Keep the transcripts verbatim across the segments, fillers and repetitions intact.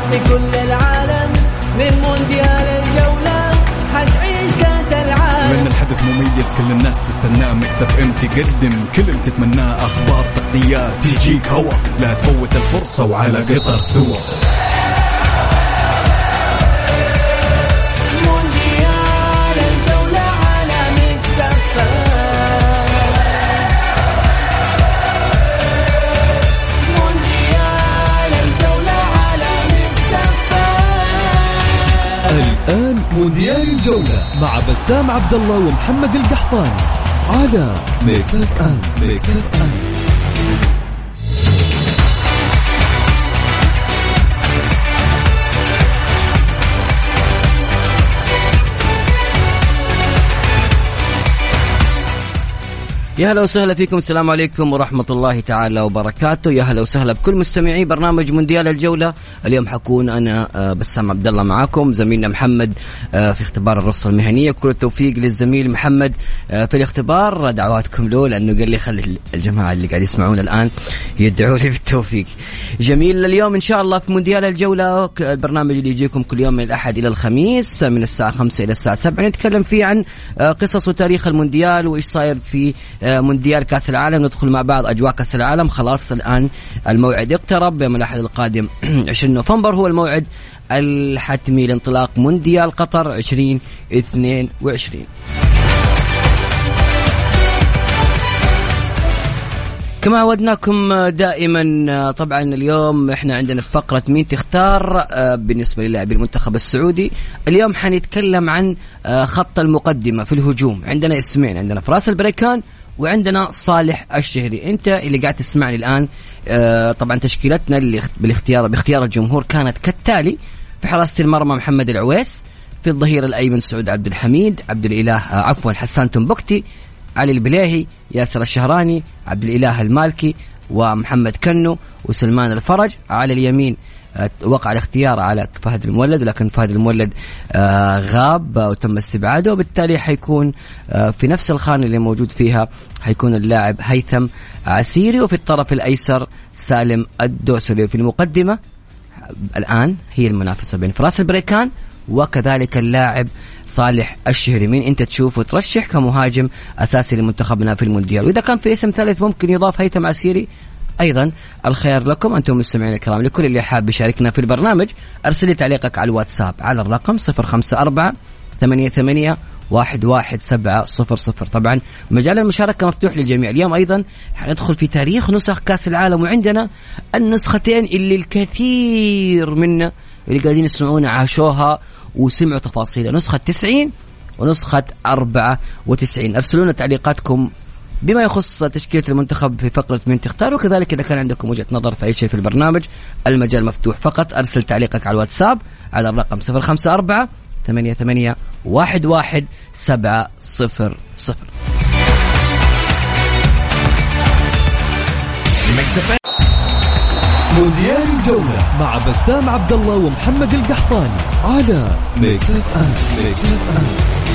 في كل العالم من مونديال الجولة حتعيش كاس العالم. من الحدث مميز كل الناس تستناه، ميكس اف ام تقدم كل اللي تتمناه، اخبار تغطيات تجيك هوا، لا تفوت الفرصة وعلى قطر سوا. مونديال الجولة على ميكس اف ام. مونديال الجولة على ميكس اف ام. الآن مونديال الجولة مع بسام عبد الله ومحمد القحطاني على ميكس اف ام. ميكس اف ام. يا هلا وسهلا فيكم، السلام عليكم ورحمة الله تعالى وبركاته. يا هلا وسهلا بكل مستمعي برنامج مونديال الجولة. اليوم حكون أنا بسام عبد الله معاكم، زميلنا محمد في اختبار الرخصة المهنية. كل التوفيق للزميل محمد في الاختبار، دعواتكم له لأنه قال لي خلي الجماعة اللي قاعد يسمعون الآن يدعوا لي بالتوفيق. جميل. اليوم إن شاء الله في مونديال الجولة، البرنامج اللي يجيكم كل يوم من الأحد إلى الخميس من الساعة خمسة إلى الساعة سبعة، نتكلم فيه عن قصص وتاريخ المونديال وإيش صاير في مونديال كأس العالم. ندخل مع بعض أجواء كأس العالم. خلاص الآن الموعد اقترب، يوم الأحد القادم عشرين نوفمبر هو الموعد الحتمي لانطلاق مونديال قطر عشرين اثنين وعشرين. كما عودناكم دائما، طبعا اليوم احنا عندنا فقرة مين تختار بالنسبة للاعبي المنتخب السعودي. اليوم حنتكلم عن خط المقدمة في الهجوم. عندنا اسمين، عندنا فراس البريكان وعندنا صالح الشهري. انت اللي قاعد تسمعني الآن، طبعا تشكيلتنا اللي بالاختيار باختيار الجمهور كانت كالتالي: في حراسة المرمى محمد العويس، في الظهير الأيمن سعود عبد الحميد، عبد الإله عفوا حسان تنبكتي، علي البليهي، ياسر الشهراني، عبد الإله المالكي، ومحمد كنو، وسلمان الفرج. على اليمين وقع الاختيار على فهد المولد، لكن فهد المولد غاب وتم استبعاده، وبالتالي حيكون في نفس الخانة اللي موجود فيها حيكون اللاعب هيثم عسيري. وفي الطرف الأيسر سالم الدوسري. في المقدمة الآن هي المنافسة بين فراس البريكان وكذلك اللاعب صالح الشهري. مين انت تشوف وترشح كمهاجم اساسي لمنتخبنا في المونديال؟ واذا كان في اسم ثالث ممكن يضاف هيثم عسيري ايضا، الخيار لكم انتم مستمعين الكرام. لكل اللي حاب يشاركنا في البرنامج ارسل لي تعليقك على الواتساب على الرقم صفر خمسة أربعة ثمانية ثمانية واحد واحد سبعة صفر صفر. طبعا مجال المشاركة مفتوح للجميع. اليوم ايضا حندخل في تاريخ نسخ كاس العالم، وعندنا النسختين اللي الكثير منا اللي قاعدين يسمعونا عاشوها وسمعوا تفاصيل، نسخة تسعين ونسخة أربعة وتسعين. أرسلونا تعليقاتكم بما يخص تشكيلة المنتخب في فقرة من تختار، وكذلك إذا كان عندكم وجهة نظر في أي شيء في البرنامج المجال مفتوح. فقط أرسل تعليقك على الواتساب على الرقم صفر خمسة أربعة ثمانية ثمانية واحد واحد سبعة صفر صفر. مونديال الجولة مع بسام عبد الله ومحمد القحطاني على ميكس اف ام. ميكس اف ام.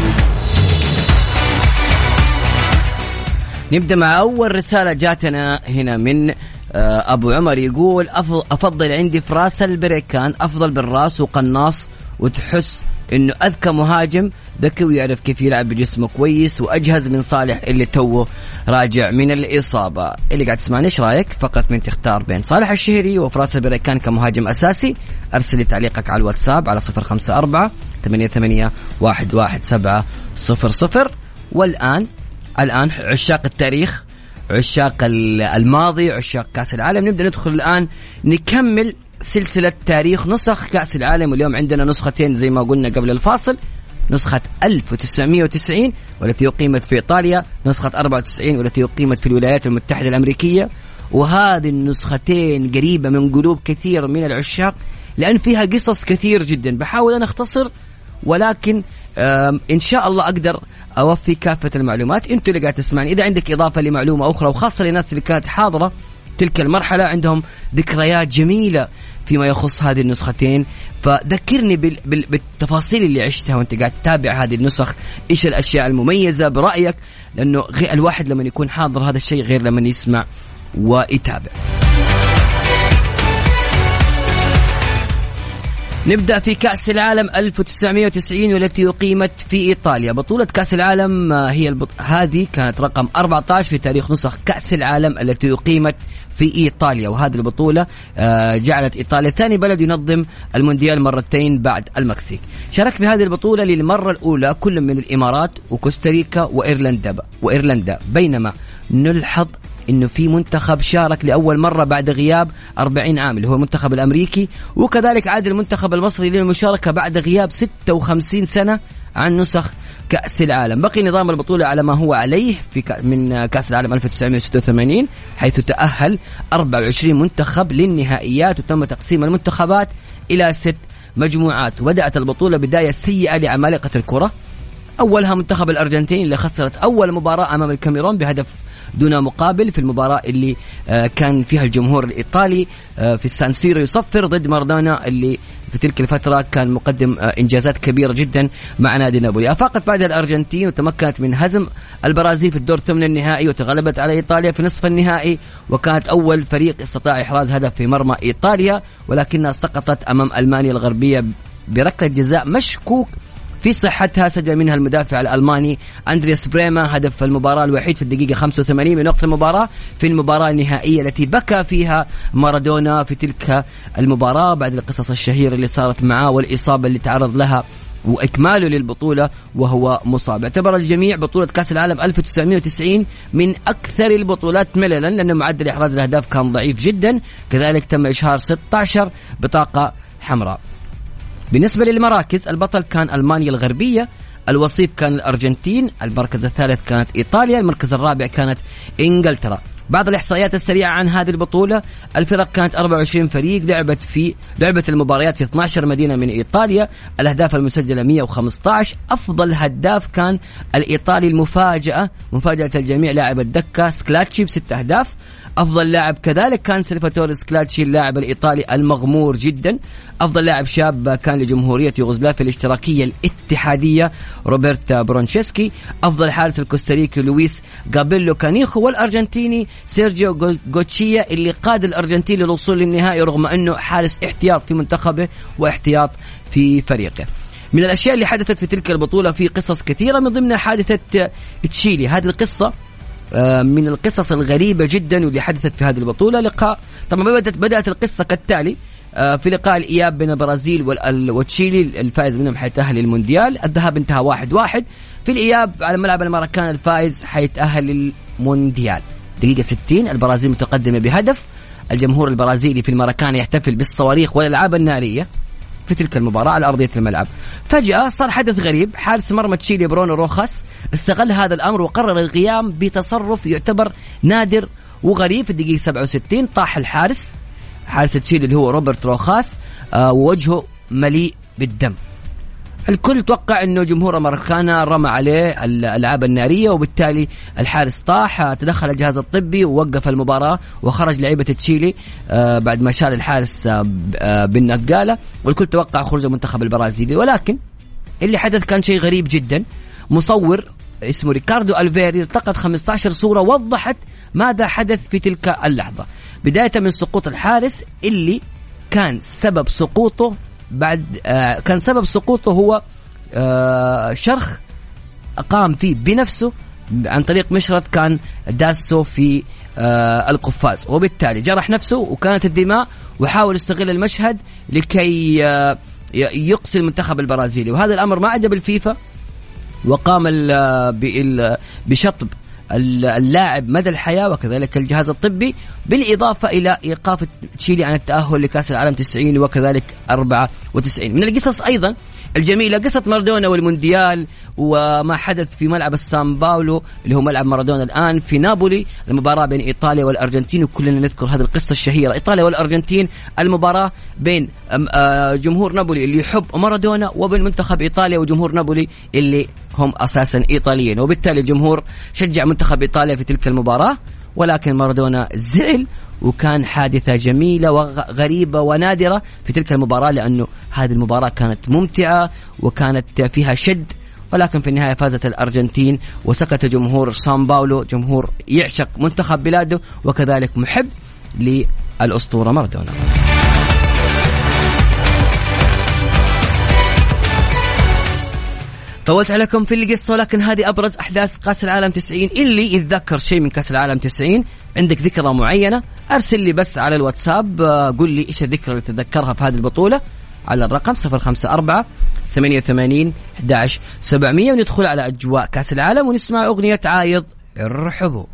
نبدأ مع أول رسالة جاتنا هنا من أبو عمر، يقول أفضل عندي فراس البريكان، أفضل بالراس وقناص وتحس إنه أذكى مهاجم، ذكي ويعرف كيف يلعب بجسمه كويس، وأجهز من صالح اللي توه راجع من الإصابة. اللي قاعد تسمعني إيش رأيك؟ فقط من تختار بين صالح الشهري وفراس البريكان كمهاجم أساسي. أرسل لي تعليقك على الواتساب على صفر خمسة أربعة ثمانية ثمانية واحد واحد سبعة صفر صفر. والآن الآن عشاق التاريخ، عشاق الماضي، عشاق كأس العالم، نبدأ ندخل الآن نكمل سلسلة تاريخ نسخ كأس العالم. واليوم عندنا نسختين زي ما قلنا قبل الفاصل، نسخة ألف وتسعمائة وتسعين والتي أقيمت في إيطاليا، نسخة أربعة وتسعين والتي أقيمت في الولايات المتحدة الأمريكية. وهذه النسختين قريبة من قلوب كثير من العشاق لأن فيها قصص كثير جدا. بحاول أن أختصر، ولكن إن شاء الله أقدر أوفي كافة المعلومات. أنتوا اللي قاعد تسمعني، إذا عندك إضافة لمعلومة أخرى، وخاصة للناس اللي كانت حاضرة تلك المرحلة عندهم ذكريات جميلة فيما يخص هذه النسختين، فذكرني بالتفاصيل اللي عشتها وانت قاعد تتابع هذه النسخ. إيش الأشياء المميزة برأيك؟ لأنه الواحد لما يكون حاضر هذا الشيء غير لما يسمع ويتابع. نبدأ في كأس العالم ألف وتسعمائة وتسعين والتي أقيمت في إيطاليا. بطولة كأس العالم هي البط... هذه كانت رقم أربعة عشر في تاريخ نسخ كأس العالم التي أقيمت في إيطاليا، وهذه البطولة جعلت إيطاليا ثاني بلد ينظم المونديال مرتين بعد المكسيك. شارك في هذه البطولة للمرة الأولى كل من الإمارات وكوستاريكا وإيرلندا وإيرلندا بينما نلحظ إنه في منتخب شارك لأول مرة بعد غياب أربعين عام اللي هو المنتخب الأمريكي، وكذلك عاد المنتخب المصري للمشاركة بعد غياب ستة وخمسين سنة عن نسخ كأس العالم. بقي نظام البطولة على ما هو عليه في من كأس العالم ألف وتسعمائة وستة وثمانين، حيث تأهل أربعة وعشرين منتخب للنهائيات، وتم تقسيم المنتخبات إلى ست مجموعات. وبدأت البطولة بداية سيئة لعمالقة الكرة، أولها منتخب الأرجنتين اللي خسرت أول مباراة أمام الكاميرون بهدف دون مقابل في المباراة اللي كان فيها الجمهور الإيطالي في السان سيرو يصفر ضد مارادونا اللي في تلك الفترة كان مقدم إنجازات كبيرة جدا مع نادي نابولي. أفاقت بعد الأرجنتين وتمكنت من هزم البرازيل في الدور ثمن النهائي، وتغلبت على إيطاليا في نصف النهائي، وكانت أول فريق استطاع إحراز هدف في مرمى إيطاليا، ولكنها سقطت أمام ألمانيا الغربية بركلة جزاء مشكوك في صحتها، سجل منها المدافع الألماني أندرياس بريما هدف المباراة الوحيد في الدقيقة خمسة وثمانين من وقت المباراة في المباراة النهائية التي بكى فيها مارادونا في تلك المباراة بعد القصص الشهيرة اللي صارت معاه والإصابة اللي تعرض لها وإكماله للبطولة وهو مصاب. اعتبر الجميع بطولة كأس العالم ألف وتسعمائة وتسعين من أكثر البطولات مللا، لأن معدل إحراز الأهداف كان ضعيف جدا، كذلك تم إشهار ستة عشر بطاقة حمراء. بالنسبة للمراكز، البطل كان ألمانيا الغربية، الوصيف كان الأرجنتين، المركز الثالث كانت إيطاليا، المركز الرابع كانت إنجلترا. بعض الإحصائيات السريعة عن هذه البطولة، الفرق كانت أربعة وعشرين فريق، لعبت في لعبة المباريات في اثنتي عشرة مدينة من إيطاليا، الأهداف المسجلة مئة وخمسة عشر، أفضل هداف كان الإيطالي المفاجأة مفاجأة الجميع لاعب الدكة سكلاتشي بست أهداف، أفضل لاعب كذلك كان سلفاتور سكلاتشي اللاعب الإيطالي المغمور جدا، أفضل لاعب شاب كان لجمهورية يوغوسلافيا الاشتراكية الاتحادية روبرتا برونشيسكي، أفضل حارس الكوستاريكي لويس غابيلو كانيخو، والأرجنتيني سيرجيو غوتشيا اللي قاد الأرجنتين للوصول للنهائي رغم أنه حارس احتياط في منتخبه واحتياط في فريقه. من الأشياء اللي حدثت في تلك البطولة في قصص كثيرة، من ضمنها حادثة تشيلي. هذه القصة من القصص الغريبة جدا واللي حدثت في هذه البطولة. لقاء طبعا بدأت بدأت القصة كالتالي: في لقاء الإياب بين البرازيل وتشيلي، الفائز منهم حيتأهل للمونديال. الذهاب انتهى واحد واحد. في الإياب على ملعب الماراكانا الفائز حيتأهل للمونديال. دقيقة ستين البرازيل متقدمة بهدف، الجمهور البرازيلي في الماراكانا يحتفل بالصواريخ والألعاب النارية في تلك المباراة على أرضية الملعب. فجأة صار حدث غريب، حارس مرمى تشيلي برونو روخاس استغل هذا الأمر وقرر القيام بتصرف يعتبر نادر وغريب. في الدقيقة سبعة وستين طاح الحارس حارس تشيلي اللي هو روبرت روخاس ووجهه مليء بالدم. الكل توقع انه جمهور ماراكانا رمى عليه الالعاب الناريه، وبالتالي الحارس طاح. تدخل الجهاز الطبي ووقف المباراه، وخرج لعيبه تشيلي بعد ما شال الحارس بالنقاله، والكل توقع خروج المنتخب البرازيلي. ولكن اللي حدث كان شيء غريب جدا. مصور اسمه ريكاردو ألفيري التقط خمسة عشر صوره وضحت ماذا حدث في تلك اللحظه، بدايه من سقوط الحارس اللي كان سبب سقوطه بعد آه كان سبب سقوطه هو آه شرخ قام فيه بنفسه عن طريق مشرط كان داسه في آه القفاز، وبالتالي جرح نفسه وكانت الدماء، وحاول يستغل المشهد لكي آه يقصي المنتخب البرازيلي. وهذا الأمر ما عجب الفيفا، وقام بشطب اللاعب مدى الحياة وكذلك الجهاز الطبي، بالإضافة إلى إيقاف تشيلي عن التأهل لكأس العالم تسعين وكذلك أربعة وتسعين. من القصص أيضا الجميلة قصة مارادونا والمونديال وما حدث في ملعب السان باولو اللي هو ملعب مارادونا الآن في نابولي، المباراة بين إيطاليا والأرجنتين، وكلنا نذكر هذه القصة الشهيرة إيطاليا والأرجنتين، المباراة بين جمهور نابولي اللي يحب مارادونا وبين منتخب إيطاليا وجمهور نابولي اللي هم أساسا إيطاليين، وبالتالي الجمهور شجع منتخب إيطاليا في تلك المباراة، ولكن مارادونا زعل، وكان حادثة جميلة وغريبة ونادرة في تلك المباراة، لأنه هذه المباراة كانت ممتعة وكانت فيها شد، ولكن في النهاية فازت الأرجنتين وسكت جمهور سان باولو، جمهور يعشق منتخب بلاده وكذلك محب للأسطورة مارادونا. طولت عليكم في القصة، لكن هذه أبرز أحداث كأس العالم تسعين. اللي يتذكر شيء من كأس العالم تسعين، عندك ذكرى معينة، أرسل لي بس على الواتساب، قل لي إيش الذكرى اللي تتذكرها في هذه البطولة على الرقم صفر خمسة أربعة ثمانية ثمانين أحد عشر سبعمية، وندخل على أجواء كأس العالم ونسمع أغنية عايض ارحبوا.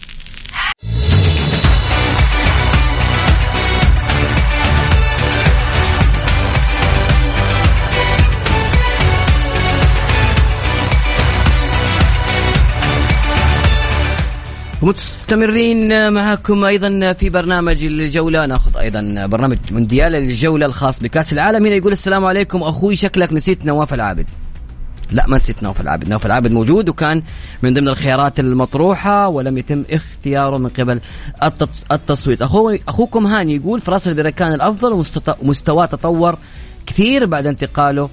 مستمرين معكم أيضا في برنامج الجولة، نأخذ أيضا برنامج مونديال الجولة الخاص بكأس العالم. هنا يقول السلام عليكم أخوي، شكلك نسيت نواف العابد. لا ما نسيت نواف العابد، نواف العابد موجود وكان من ضمن الخيارات المطروحة ولم يتم اختياره من قبل التصويت. أخو أخوكم هاني يقول فراس البركان الأفضل ومستواه تطور كثير بعد انتقاله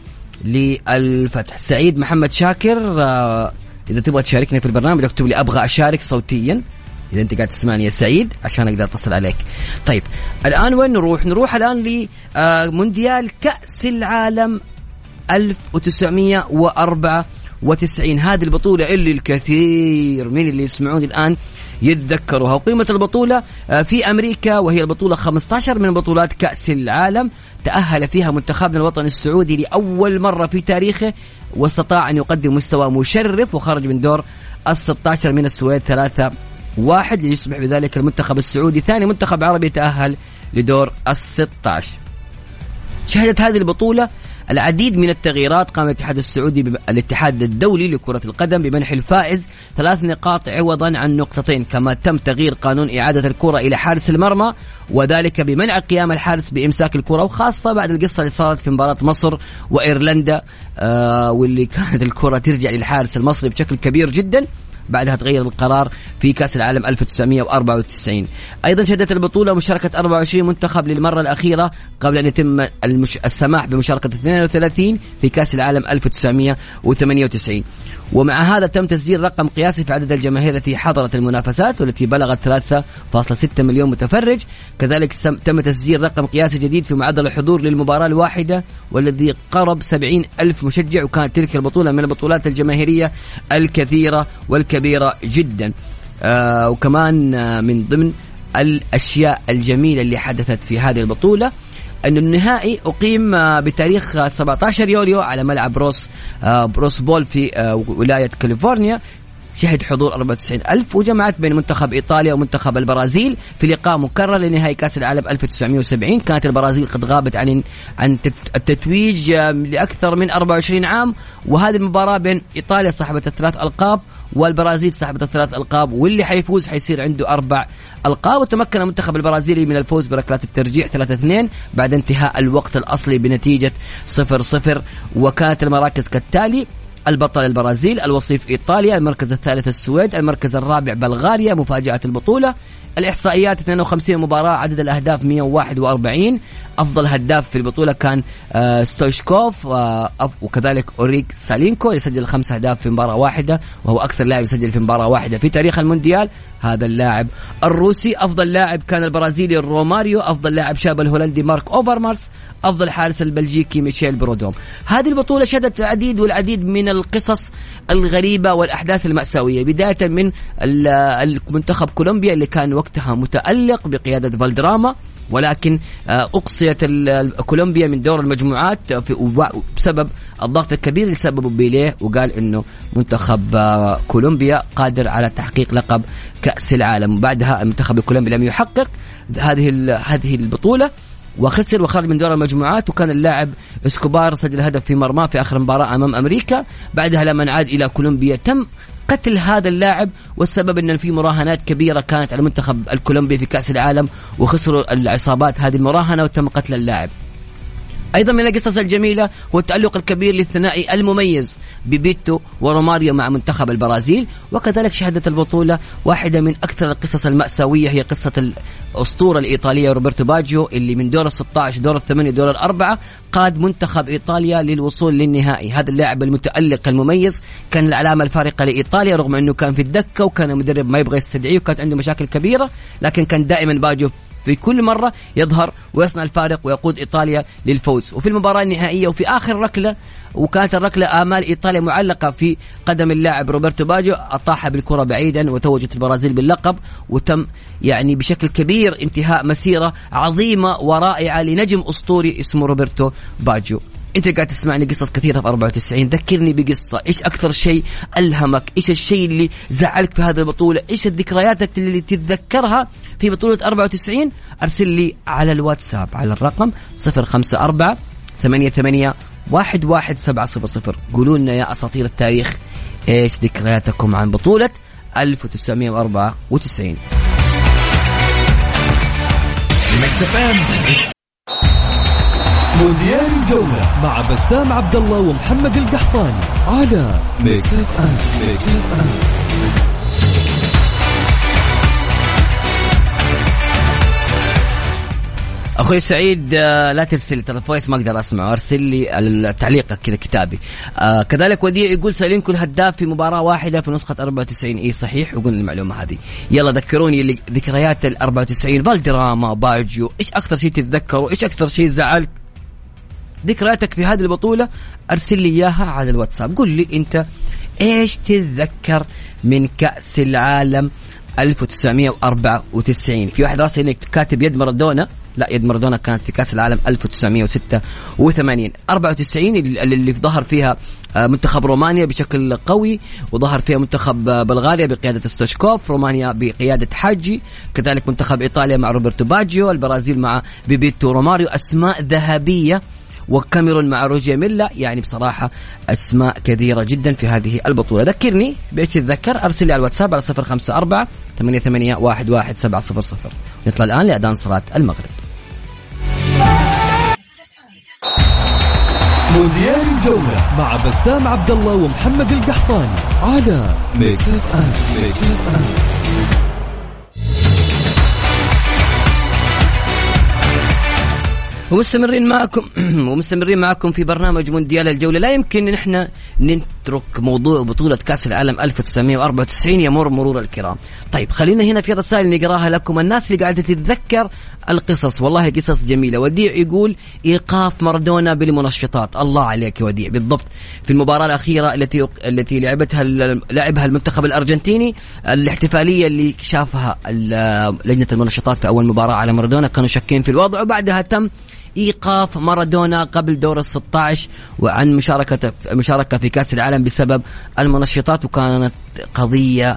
للفتح. سعيد محمد شاكر، إذا تبغى تشاركني في البرنامج اكتب لي أبغى أشارك صوتيا إذا أنت قاعد تسمعني يا سعيد عشان أقدر أتصل عليك. طيب الآن وين نروح؟ نروح الآن لمونديال كأس العالم ألف وتسعمية وأربعة وتسعين. هذه البطولة اللي الكثير من اللي يسمعون الآن يتذكروها. وقيمة البطولة في أمريكا، وهي البطولة خمسة عشر من بطولات كأس العالم تأهل فيها منتخبنا الوطني السعودي لأول مرة في تاريخه، واستطاع أن يقدم مستوى مشرف وخرج من دور الستة عشر من السويد ثلاثة واحد، ليصبح بذلك المنتخب السعودي ثاني منتخب عربي يتأهل لدور الستة عشر. شهدت هذه البطولة العديد من التغييرات. قام الاتحاد السعودي الاتحاد الدولي لكرة القدم بمنح الفائز ثلاث نقاط عوضا عن نقطتين، كما تم تغيير قانون إعادة الكرة إلى حارس المرمى، وذلك بمنع قيام الحارس بإمساك الكرة، وخاصة بعد القصة اللي صارت في مباراة مصر وإيرلندا آه واللي كانت الكرة ترجع للحارس المصري بشكل كبير جدا. بعدها تغير القرار في كأس العالم ألف وتسعمية وأربعة وتسعين. أيضا شهدت البطولة مشاركة أربعة وعشرين منتخب للمرة الأخيرة قبل أن يتم المش... السماح بمشاركة اثنين وثلاثين في كأس العالم ألف وتسعمية وثمانية وتسعين. ومع هذا تم تسجيل رقم قياسي في عدد الجماهير التي حضرت المنافسات والتي بلغت ثلاثة فاصلة ستة مليون متفرج. كذلك تم تسجيل رقم قياسي جديد في معدل الحضور للمباراة الواحدة والذي قرب سبعين ألف مشجع، وكانت تلك البطولة من البطولات الجماهيرية الكثيرة والكبيرة جدا. آه وكمان آه من ضمن الأشياء الجميلة اللي حدثت في هذه البطولة أن النهائي أقيم بتاريخ سبعة عشر يوليو على ملعب روس بروس بول في ولاية كاليفورنيا. شهد حضور أربعة وتسعين ألف، وجمعت بين منتخب إيطاليا ومنتخب البرازيل في لقاء مكرر لنهائي كأس العالم ألف وتسعمية وسبعين. كانت البرازيل قد غابت عن عن التتويج لأكثر من أربعة وعشرين عام، وهذه المباراة بين إيطاليا صاحبة الثلاث ألقاب والبرازيل صاحبة الثلاث ألقاب، واللي حيفوز حيصير عنده أربع ألقاب. وتمكن المنتخب البرازيلي من الفوز بركلات الترجيح ثلاثة اثنين بعد انتهاء الوقت الأصلي بنتيجة صفر صفر. وكانت المراكز كالتالي: البطل البرازيل، الوصيف إيطاليا، المركز الثالث السويد، المركز الرابع بلغاريا. مفاجأة البطولة الإحصائيات اثنين وخمسين مباراة، عدد الأهداف مئة وواحد وأربعين. أفضل هداف في البطولة كان ستويشكوف، وكذلك أوريك سالينكو اللي سجل خمس أهداف في مباراة واحدة، وهو أكثر لاعب يسجل في مباراة واحدة في تاريخ المونديال هذا اللاعب الروسي. أفضل لاعب كان البرازيلي روماريو، أفضل لاعب شاب الهولندي مارك أوفرمارس، أفضل حارس البلجيكي ميشيل برودوم. هذه البطولة شهدت العديد والعديد من القصص الغريبة والأحداث المأساوية، بداية من المنتخب كولومبيا اللي كان وقتها متألق بقيادة فالدراما، ولكن أقصيت كولومبيا من دور المجموعات بسبب الضغط الكبير اللي سببه بيليه، وقال إنه منتخب كولومبيا قادر على تحقيق لقب كأس العالم. وبعدها المنتخب الكولومبي لم يحقق هذه هذه البطولة وخسر وخرج من دور المجموعات. وكان اللاعب اسكوبار سجل هدف في مرماه في آخر مباراة أمام أمريكا. بعدها لما عاد إلى كولومبيا تم قتل هذا اللاعب، والسبب أن في مراهنات كبيرة كانت على المنتخب الكولومبي في كأس العالم، وخسروا العصابات هذه المراهنة وتم قتل اللاعب. أيضا من القصص الجميلة هو التألق الكبير للثنائي المميز بيبيتو وروماريو مع منتخب البرازيل. وكذلك شهدت البطولة واحدة من أكثر القصص المأساوية، هي قصة الأسطورة الإيطالية روبرتو باجيو اللي من دور الستة عشر دور الثمانية دور الأربعة قاد منتخب إيطاليا للوصول للنهائي. هذا اللاعب المتألق المميز كان العلامة الفارقة لإيطاليا، رغم أنه كان في الدكة وكان المدرب ما يبغى يستدعيه وكانت عنده مشاكل كبيرة، لكن كان دائما باجيو في كل مرة يظهر ويصنع الفارق ويقود إيطاليا للفوز. الفوز. وفي المباراة النهائية وفي آخر ركلة، وكانت الركلة آمال إيطاليا معلقة في قدم اللاعب روبرتو باجيو، أطاح بالكرة بعيدا وتوجت البرازيل باللقب، وتم يعني بشكل كبير انتهاء مسيرة عظيمة ورائعة لنجم أسطوري اسمه روبرتو باجيو. انت قاعد تسمعني قصص كثيرة في أربعة وتسعين، ذكرني بقصة. ايش اكثر شيء ألهمك؟ ايش الشيء اللي زعلك في هذه البطولة؟ ايش الذكرياتك اللي تتذكرها في بطولة أربعة وتسعين؟ ارسل لي على الواتساب على الرقم صفر خمسة أربعة ثمانية ثمانية واحد واحد سبعة صفر صفر. قولوا لنا يا أساطير التاريخ ايش ذكرياتكم عن بطولة ألف وتسعمائة وأربعة وتسعين. مونديال الجولة مع بسام عبد الله ومحمد القحطاني على ميكس اف ام. ميكس اف ام. اخوي سعيد لا ترسل ترى الفويس ما اقدر اسمعه، ارسل لي التعليق كذا كتابي. آه كذلك وديع يقول سالينكو الهداف في مباراه واحده في نسخه أربعة وتسعين. اي صحيح، وقلنا المعلومه هذه. يلا ذكروني ذكريات ال أربعة وتسعين، فالدراما، باجيو، ايش اكثر شيء تتذكروا؟ ايش اكثر شيء زعلك؟ ذكرياتك في هذه البطوله ارسل لي اياها على الواتساب. قل لي انت ايش تتذكر من كأس العالم ألف وتسعمائة وأربعة وتسعين. في واحد راسي هناك كاتب يد مارادونا، لا يد مارادونا كانت في كأس العالم ألف وتسعمائة وستة وثمانين. أربعة وتسعين اللي ظهر فيها منتخب رومانيا بشكل قوي، وظهر فيها منتخب بلغاريا بقيادة ستوشكوف، رومانيا بقيادة حاجي، كذلك منتخب إيطاليا مع روبرتو باجيو، البرازيل مع بيبيتو روماريو، أسماء ذهبية، وكاميرون مع روجيه ميلا. يعني بصراحة أسماء كثيرة جدا في هذه البطولة. ذكرني بإيش تتذكر، أرسل لي على الواتساب على صفر خمسة أربعة ثمانية ثمانية واحد واحد سبعة صفر صفر. نطلع الآن لأذان صلاة المغرب. مونديال الجولة مع بسام عبد الله ومحمد القحطاني على ميكس اف ام. ميكس اف ام. ومستمرين معكم ومستمرين معكم في برنامج مونديال الجولة. لا يمكن ان احنا نترك موضوع بطولة كأس العالم ألف وتسعمائة وأربعة وتسعين يمر مرور الكرام. طيب خلينا هنا في رسائل نقراها لكم، الناس اللي قاعدة تتذكر القصص، والله قصص جميلة. وديع يقول إيقاف مارادونا بالمنشطات. الله عليك يا وديع، بالضبط في المباراة الأخيرة التي التي لعبتها لعبها المنتخب الأرجنتيني، الاحتفالية اللي شافها لجنة المنشطات في أول مباراة على مارادونا كانوا شاكين في الوضع، وبعدها تم إيقاف مارادونا قبل دور الستة عشر وعن مشاركة مشاركة في كأس العالم بسبب المنشطات، وكانت قضية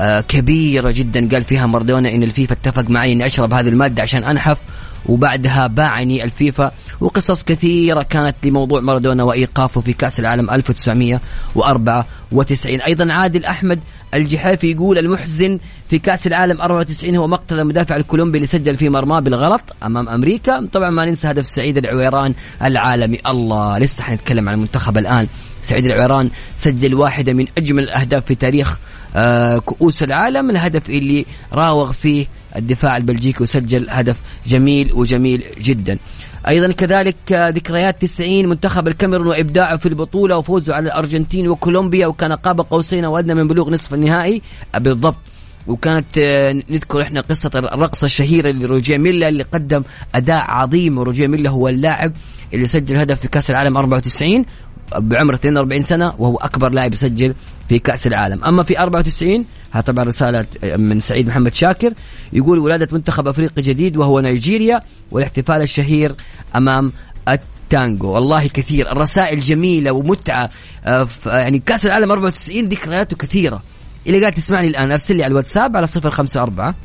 كبيرة جدا. قال فيها مارادونا إن الفيفا اتفق معي إني أشرب هذه المادة عشان أنحف، وبعدها باعني الفيفا، وقصص كثيرة كانت لموضوع مارادونا وإيقافه في كأس العالم ألف وتسعمائة وأربعة وتسعين. أيضا عادل أحمد الجحافي يقول المحزن في كأس العالم أربعة وتسعين هو مقتل المدافع الكولومبي اللي سجل في مرماه بالغلط أمام أمريكا. طبعا ما ننسى هدف سعيد العويران العالمي. الله، لسه حنتكلم عن المنتخب الآن. سعيد العويران سجل واحدة من أجمل الأهداف في تاريخ آه كؤوس العالم، الهدف اللي راوغ فيه الدفاع البلجيكي وسجل هدف جميل وجميل جدا. أيضا كذلك ذكريات تسعين منتخب الكاميرون وإبداعه في البطولة وفوزه على الأرجنتين وكولومبيا، وكان قاب قوسين وأدنى من بلوغ نصف النهائي بالضبط. وكانت نذكر إحنا قصة الرقصة الشهيرة لروجيه ميلا اللي قدم أداء عظيم، وروجيه ميلا هو اللاعب اللي سجل هدف في كأس العالم أربعة وتسعين بعمر اثنين وأربعين سنة، وهو أكبر لاعب يسجل في كأس العالم. أما في أربعة وتسعين هذا طبعا رسالة من سعيد محمد شاكر، يقول ولادة منتخب أفريقيا جديد وهو نيجيريا، والاحتفال الشهير أمام التانجو. والله كثير الرسائل جميلة ومتعة. يعني كأس العالم أربعة وتسعين ذكرياته كثيرة. اللي قاعد تسمعني الآن أرسل لي على الواتساب على صفر خمسة أربعة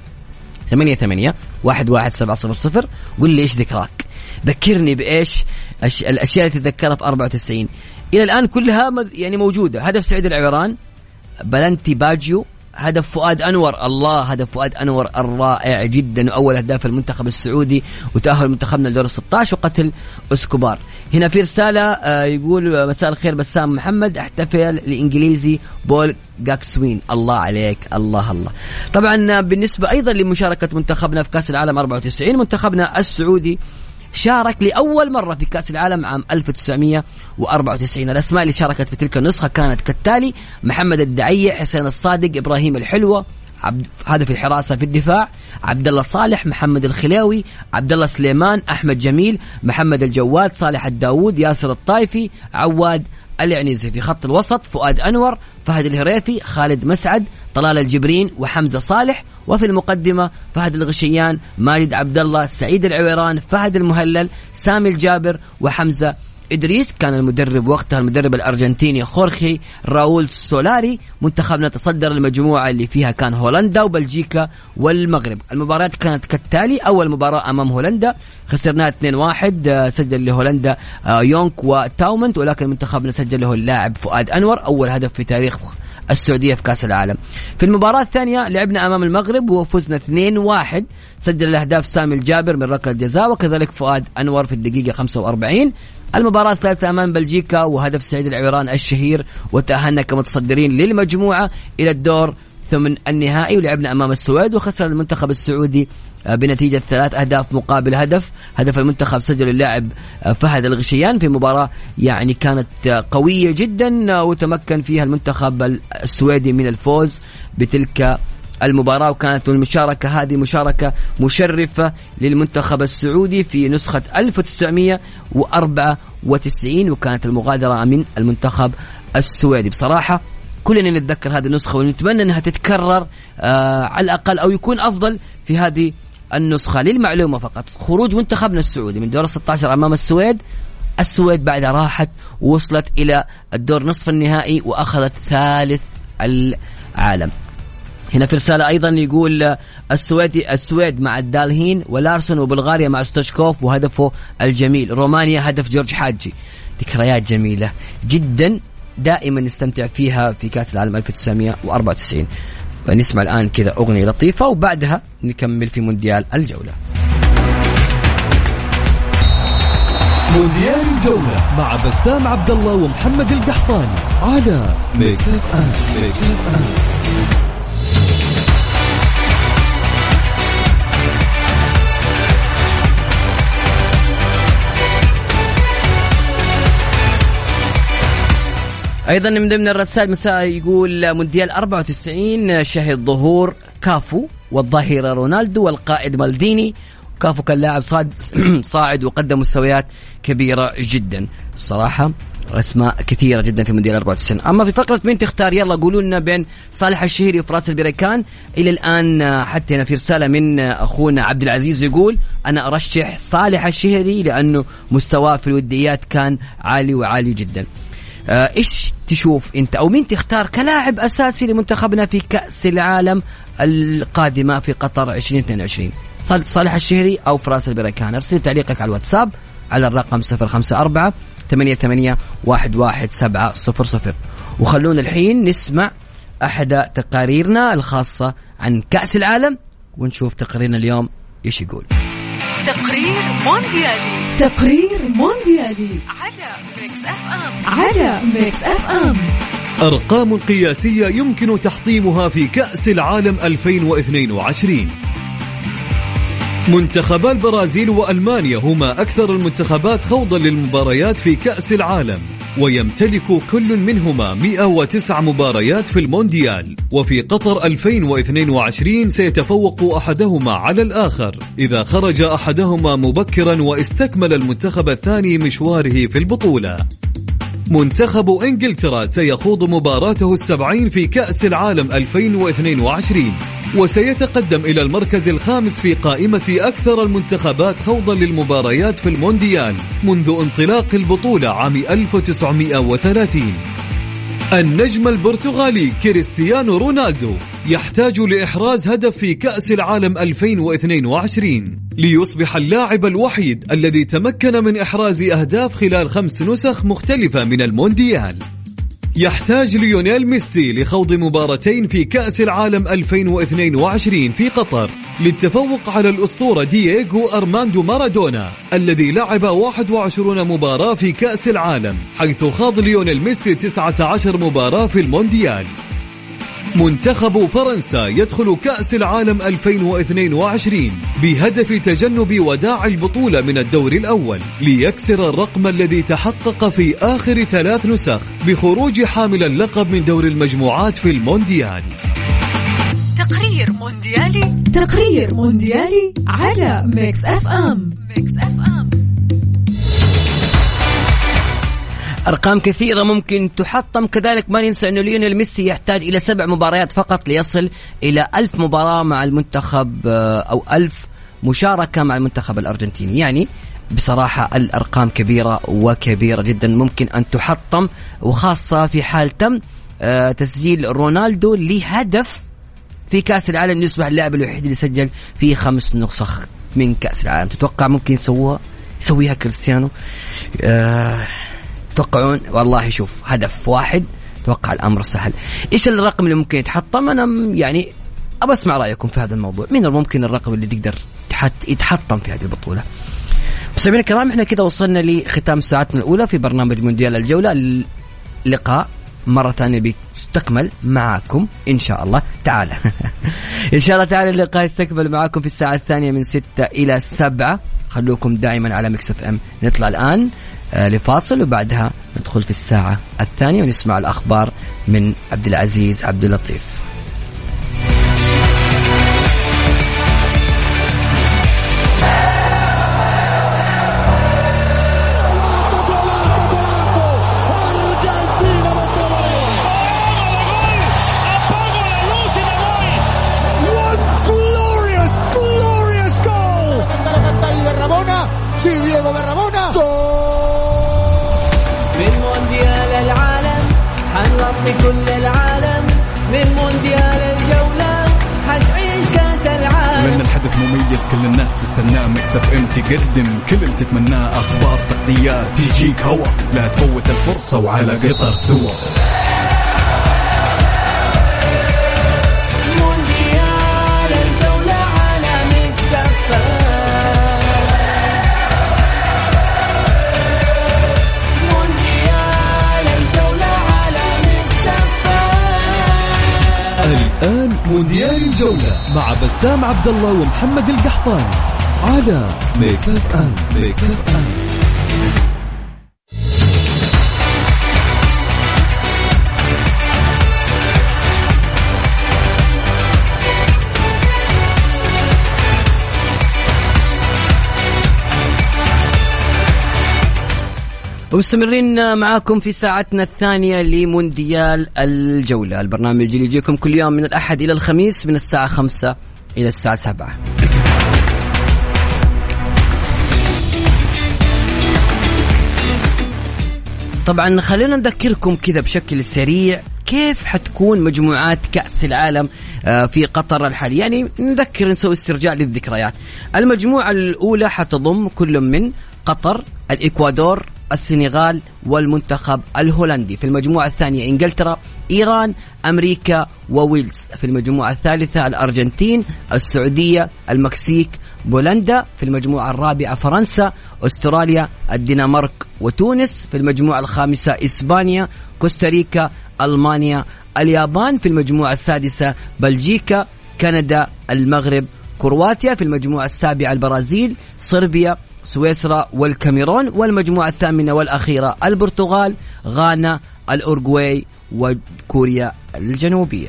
ثمانية ثمانية واحد واحد سبعة صفر صفر. قل لي إيش ذكراك، ذكرني بإيش الأشياء اللي تتذكرها في أربعة وتسعين. إلى الآن كلها يعني موجودة. هدف سعيد العويران، بلنتي باجيو، هدف فؤاد أنور. الله، هدف فؤاد أنور الرائع جدا، وأول أهداف المنتخب السعودي وتأهل منتخبنا لدور الستة عشر وقتل أسكوبار. هنا في رسالة يقول مساء الخير بسام محمد، احتفل لإنجليزي بول جاكسوين. الله عليك، الله الله. طبعا بالنسبة أيضا لمشاركة منتخبنا في كأس العالم أربعة وتسعين، منتخبنا السعودي شارك لأول مرة في كأس العالم عام ألف وتسعمائة وأربعة وتسعين. الأسماء اللي شاركت في تلك النسخة كانت كالتالي: محمد الدعية، حسين الصادق، إبراهيم الحلوة، عبد هذا في الحراسة. في الدفاع عبد الله صالح، محمد الخلاوي، عبد الله سليمان، أحمد جميل، محمد الجواد، صالح الداود، ياسر الطايفي، عواد العنيزي. في خط الوسط فؤاد أنور، فهد الهريفي، خالد مسعد، طلال الجبرين، وحمزة صالح. وفي المقدمة فهد الغشيان، ماجد عبد الله، سعيد العويران، فهد المهلل، سامي الجابر، وحمزة إدريس. كان المدرب وقتها المدرب الأرجنتيني خورخي راؤول سولاري. منتخبنا تصدر المجموعة اللي فيها كان هولندا وبلجيكا والمغرب. المباريات كانت كالتالي: أول مباراة أمام هولندا خسرناها اثنين واحد، سجل لهولندا يونك وتاومنت، ولكن منتخبنا سجل له اللاعب فؤاد أنور أول هدف في تاريخ السعودية في كأس العالم. في المباراة الثانية لعبنا أمام المغرب وفزنا اثنين واحد، سجل الأهداف سامي الجابر من ركلة الجزاء وكذلك فؤاد أنور في الدقيقة خمسة وأربعين. المباراة الثالثة أمام بلجيكا وهدف سعيد العويران الشهير، وتأهلنا كمتصدرين للمجموعة إلى الدور ثمن النهائي. ولعبنا أمام السويد وخسر المنتخب السعودي بنتيجة ثلاث أهداف مقابل هدف. هدف المنتخب سجل اللاعب فهد الغشيان في مباراة يعني كانت قوية جدا، وتمكن فيها المنتخب السويدي من الفوز بتلك المباراة. وكانت المشاركة هذه مشاركة مشرفة للمنتخب السعودي في نسخة ألف وتسعمائة وأربعة وتسعين، وكانت المغادرة من المنتخب السويدي. بصراحة كلنا نتذكر هذه النسخة ونتمنى أنها تتكرر آه على الأقل أو يكون أفضل في هذه النسخة. للمعلومة فقط، خروج منتخبنا السعودي من دور ستة عشر أمام السويد، السويد بعدها راحت ووصلت إلى الدور نصف النهائي وأخذت ثالث العالم. هنا في رسالة أيضا يقول السويد السويد مع الدالهين ولارسون، وبلغاريا مع ستوشكوف وهدفه الجميل، رومانيا هدف جورج حاجي. ذكريات جميلة جدا دائما نستمتع فيها في كأس العالم ألف وتسعمائة وأربعة وتسعين. فنسمع الآن كذا أغنية لطيفة وبعدها نكمل في مونديال الجولة. مونديال الجولة مع بسام عبد الله ومحمد القحطاني على ميكس اف ام. ميكس اف ام. أيضا من ضمن الرسائل مساء يقول مونديال أربعة وتسعين شهد ظهور كافو والظاهرة رونالدو والقائد مالديني. كافو كان لاعب صاد صاعد وقدم مستويات كبيرة جدا بصراحة، أسماء كثيرة جدا في مونديال أربعة وتسعين. أما في فقرة مين تختار، يلا قولوا لنا بين صالح الشهري وفراس البريكان. إلى الآن حتى هنا في رسالة من أخونا عبد العزيز يقول أنا أرشح صالح الشهري لأنه مستواه في الوديات كان عالي وعالي جدا. آه إيش تشوف أنت أو مين تختار كلاعب أساسي لمنتخبنا في كأس العالم القادمة في قطر عشرين اثنين وعشرين؟ صالح الشهري أو فراس البريكان؟ ارسل تعليقك على الواتساب على الرقم صفر خمسة أربعة ثمانية ثمانية واحد واحد سبعة صفر صفر. وخلونا الحين نسمع أحد تقاريرنا الخاصة عن كأس العالم ونشوف تقريرنا اليوم إيش يقول. تقرير مونديالي. تقرير مونديالي على ميكس اف ام. على ميكس اف ام. أرقام قياسية يمكن تحطيمها في كأس العالم ألفين واثنين وعشرين. منتخبا البرازيل وألمانيا هما أكثر المنتخبات خوضا للمباريات في كأس العالم، ويمتلك كل منهما مئة وتسعة مباريات في المونديال. وفي قطر ألفين واثنين وعشرين سيتفوق أحدهما على الآخر إذا خرج أحدهما مبكرا واستكمل المنتخب الثاني مشواره في البطولة. منتخب إنجلترا سيخوض مباراته السبعين في كأس العالم ألفين واثنين وعشرين، وسيتقدم إلى المركز الخامس في قائمة أكثر المنتخبات خوضا للمباريات في المونديال منذ انطلاق البطولة عام ألف وتسعمئة وثلاثين. النجم البرتغالي كريستيانو رونالدو يحتاج لإحراز هدف في كأس العالم ألفين واثنين وعشرين ليصبح اللاعب الوحيد الذي تمكن من إحراز أهداف خلال خمس نسخ مختلفة من المونديال. يحتاج ليونيل ميسي لخوض مباراتين في كأس العالم ألفين واثنين وعشرين في قطر للتفوق على الأسطورة دييغو أرماندو مارادونا الذي لعب واحد وعشرين مباراة في كأس العالم، حيث خاض ليونيل ميسي تسعة عشر مباراة في المونديال. منتخب فرنسا يدخل كأس العالم ألفين واثنين وعشرين بهدف تجنب وداع البطولة من الدور الأول ليكسر الرقم الذي تحقق في آخر ثلاث نسخ بخروج حامل اللقب من دور المجموعات في المونديال. تقرير مونديالي. تقرير مونديالي على ميكس اف ام. ميكس اف ام. أرقام كثيرة ممكن تحطم، كذلك ما ننسى أنه ليونيل ميسي يحتاج إلى سبع مباريات فقط ليصل إلى ألف مباراة مع المنتخب أو ألف مشاركة مع المنتخب الأرجنتيني. يعني بصراحة الأرقام كبيرة وكبيرة جدا ممكن أن تحطم، وخاصة في حال تم تسجيل رونالدو لهدف في كأس العالم، يصبح اللاعب الوحيد اللي سجل في خمس نسخ من كأس العالم. تتوقع ممكن يسووها يسويها كريستيانو؟ أه توقعون؟ والله شوف، هدف واحد توقع الأمر سهل. إيش الرقم اللي ممكن يتحطم؟ أنا يعني أبى أسمع رأيكم في هذا الموضوع. مين ممكن الرقم اللي تقدر يتحطم في هذه البطولة؟ مستمعينا الكرام، إحنا كده وصلنا لختام ساعتنا الأولى في برنامج مونديال الجولة. اللقاء مرة ثانية بيستكمل معاكم إن شاء الله تعالى. إن شاء الله تعالى اللقاء يستكمل معاكم في الساعة الثانية من ستة إلى سبعة. خلوكم دائما على ميكس اف ام. نطلع الآن آه لفاصل، وبعدها ندخل في الساعة الثانية ونسمع الأخبار من عبد العزيز عبد اللطيف. كل العالم من مونديال الجولة حتعيش كاس العالم. لأن الحدث مميز كل الناس تستناه. ميكس اف ام تقدم كل اللي تتمناه، أخبار تغطيات تجيك هوا، لا تفوت الفرصة وعلى قطر سوا. مونديال الجولة على ميكس اف ام. الآن مونديال الجولة مع بسام عبد الله ومحمد القحطاني على ميكس اف ام. ميكس اف ام. ومستمرين معاكم في ساعتنا الثانية لمونديال الجولة، البرنامج اللي يجيكم كل يوم من الأحد إلى الخميس من الساعة خمسة إلى الساعة سبعة. طبعا خلينا نذكركم كذا بشكل سريع كيف حتكون مجموعات كأس العالم في قطر الحالي. يعني نذكر نسوي استرجاع للذكريات. المجموعة الأولى حتضم كل من قطر، الإكوادور، السنغال والمنتخب الهولندي. في المجموعة الثانية إنجلترا، إيران، أمريكا وويلز. في المجموعة الثالثة الأرجنتين، السعودية، المكسيك، بولندا. في المجموعة الرابعة فرنسا، أستراليا، الدنمارك وتونس. في المجموعة الخامسة إسبانيا، كوستاريكا، ألمانيا، اليابان. في المجموعة السادسة بلجيكا، كندا، المغرب، كرواتيا. في المجموعة السابعة البرازيل، صربيا، سويسرا والكاميرون. والمجموعة الثامنة والأخيرة البرتغال، غانا، الأورغواي وكوريا الجنوبية.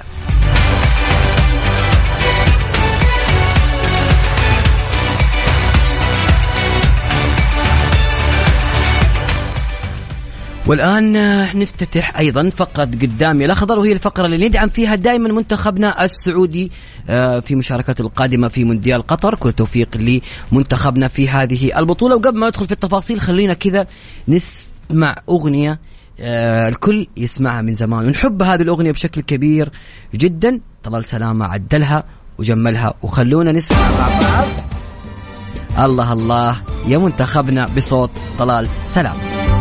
والآن نفتتح أيضا فقرة قدامي الأخضر، وهي الفقرة اللي ندعم فيها دائما منتخبنا السعودي في مشاركته القادمة في مونديال قطر. كل توفيق لمنتخبنا في هذه البطولة. وقبل ما ندخل في التفاصيل خلينا كذا نسمع أغنية الكل يسمعها من زمان ونحب هذه الأغنية بشكل كبير جدا. طلال سلامة عدلها وجملها، وخلونا نسمع مع بعض. الله الله يا منتخبنا بصوت طلال سلامة.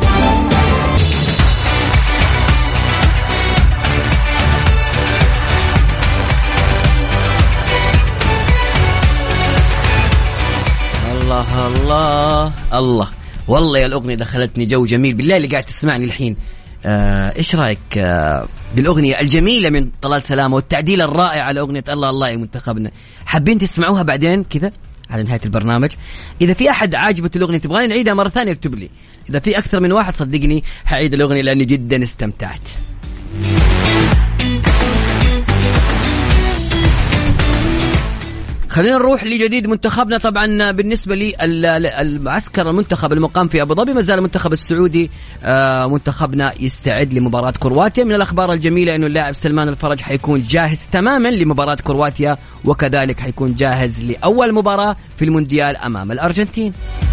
الله الله الله والله يا الأغنية دخلتني جو جميل. بالله اللي قاعد تسمعني الحين آه إيش رأيك آه بالأغنية الجميلة من طلال سلامة والتعديل الرائع على أغنية الله الله يا منتخبنا؟ حابين تسمعوها بعدين كذا على نهاية البرنامج؟ إذا في أحد عاجبته الأغنية تبغاني نعيدها مرة ثانية اكتب لي. إذا في أكثر من واحد صدقني حعيد الأغنية لأني جدا استمتعت. خلينا نروح لجديد منتخبنا. طبعا بالنسبة لي المعسكر المنتخب المقام في أبو ظبي، ما زال المنتخب السعودي منتخبنا يستعد لمباراة كرواتيا. من الأخبار الجميلة أنه اللاعب سلمان الفرج حيكون جاهز تماما لمباراة كرواتيا، وكذلك حيكون جاهز لأول مباراة في المونديال أمام الأرجنتين.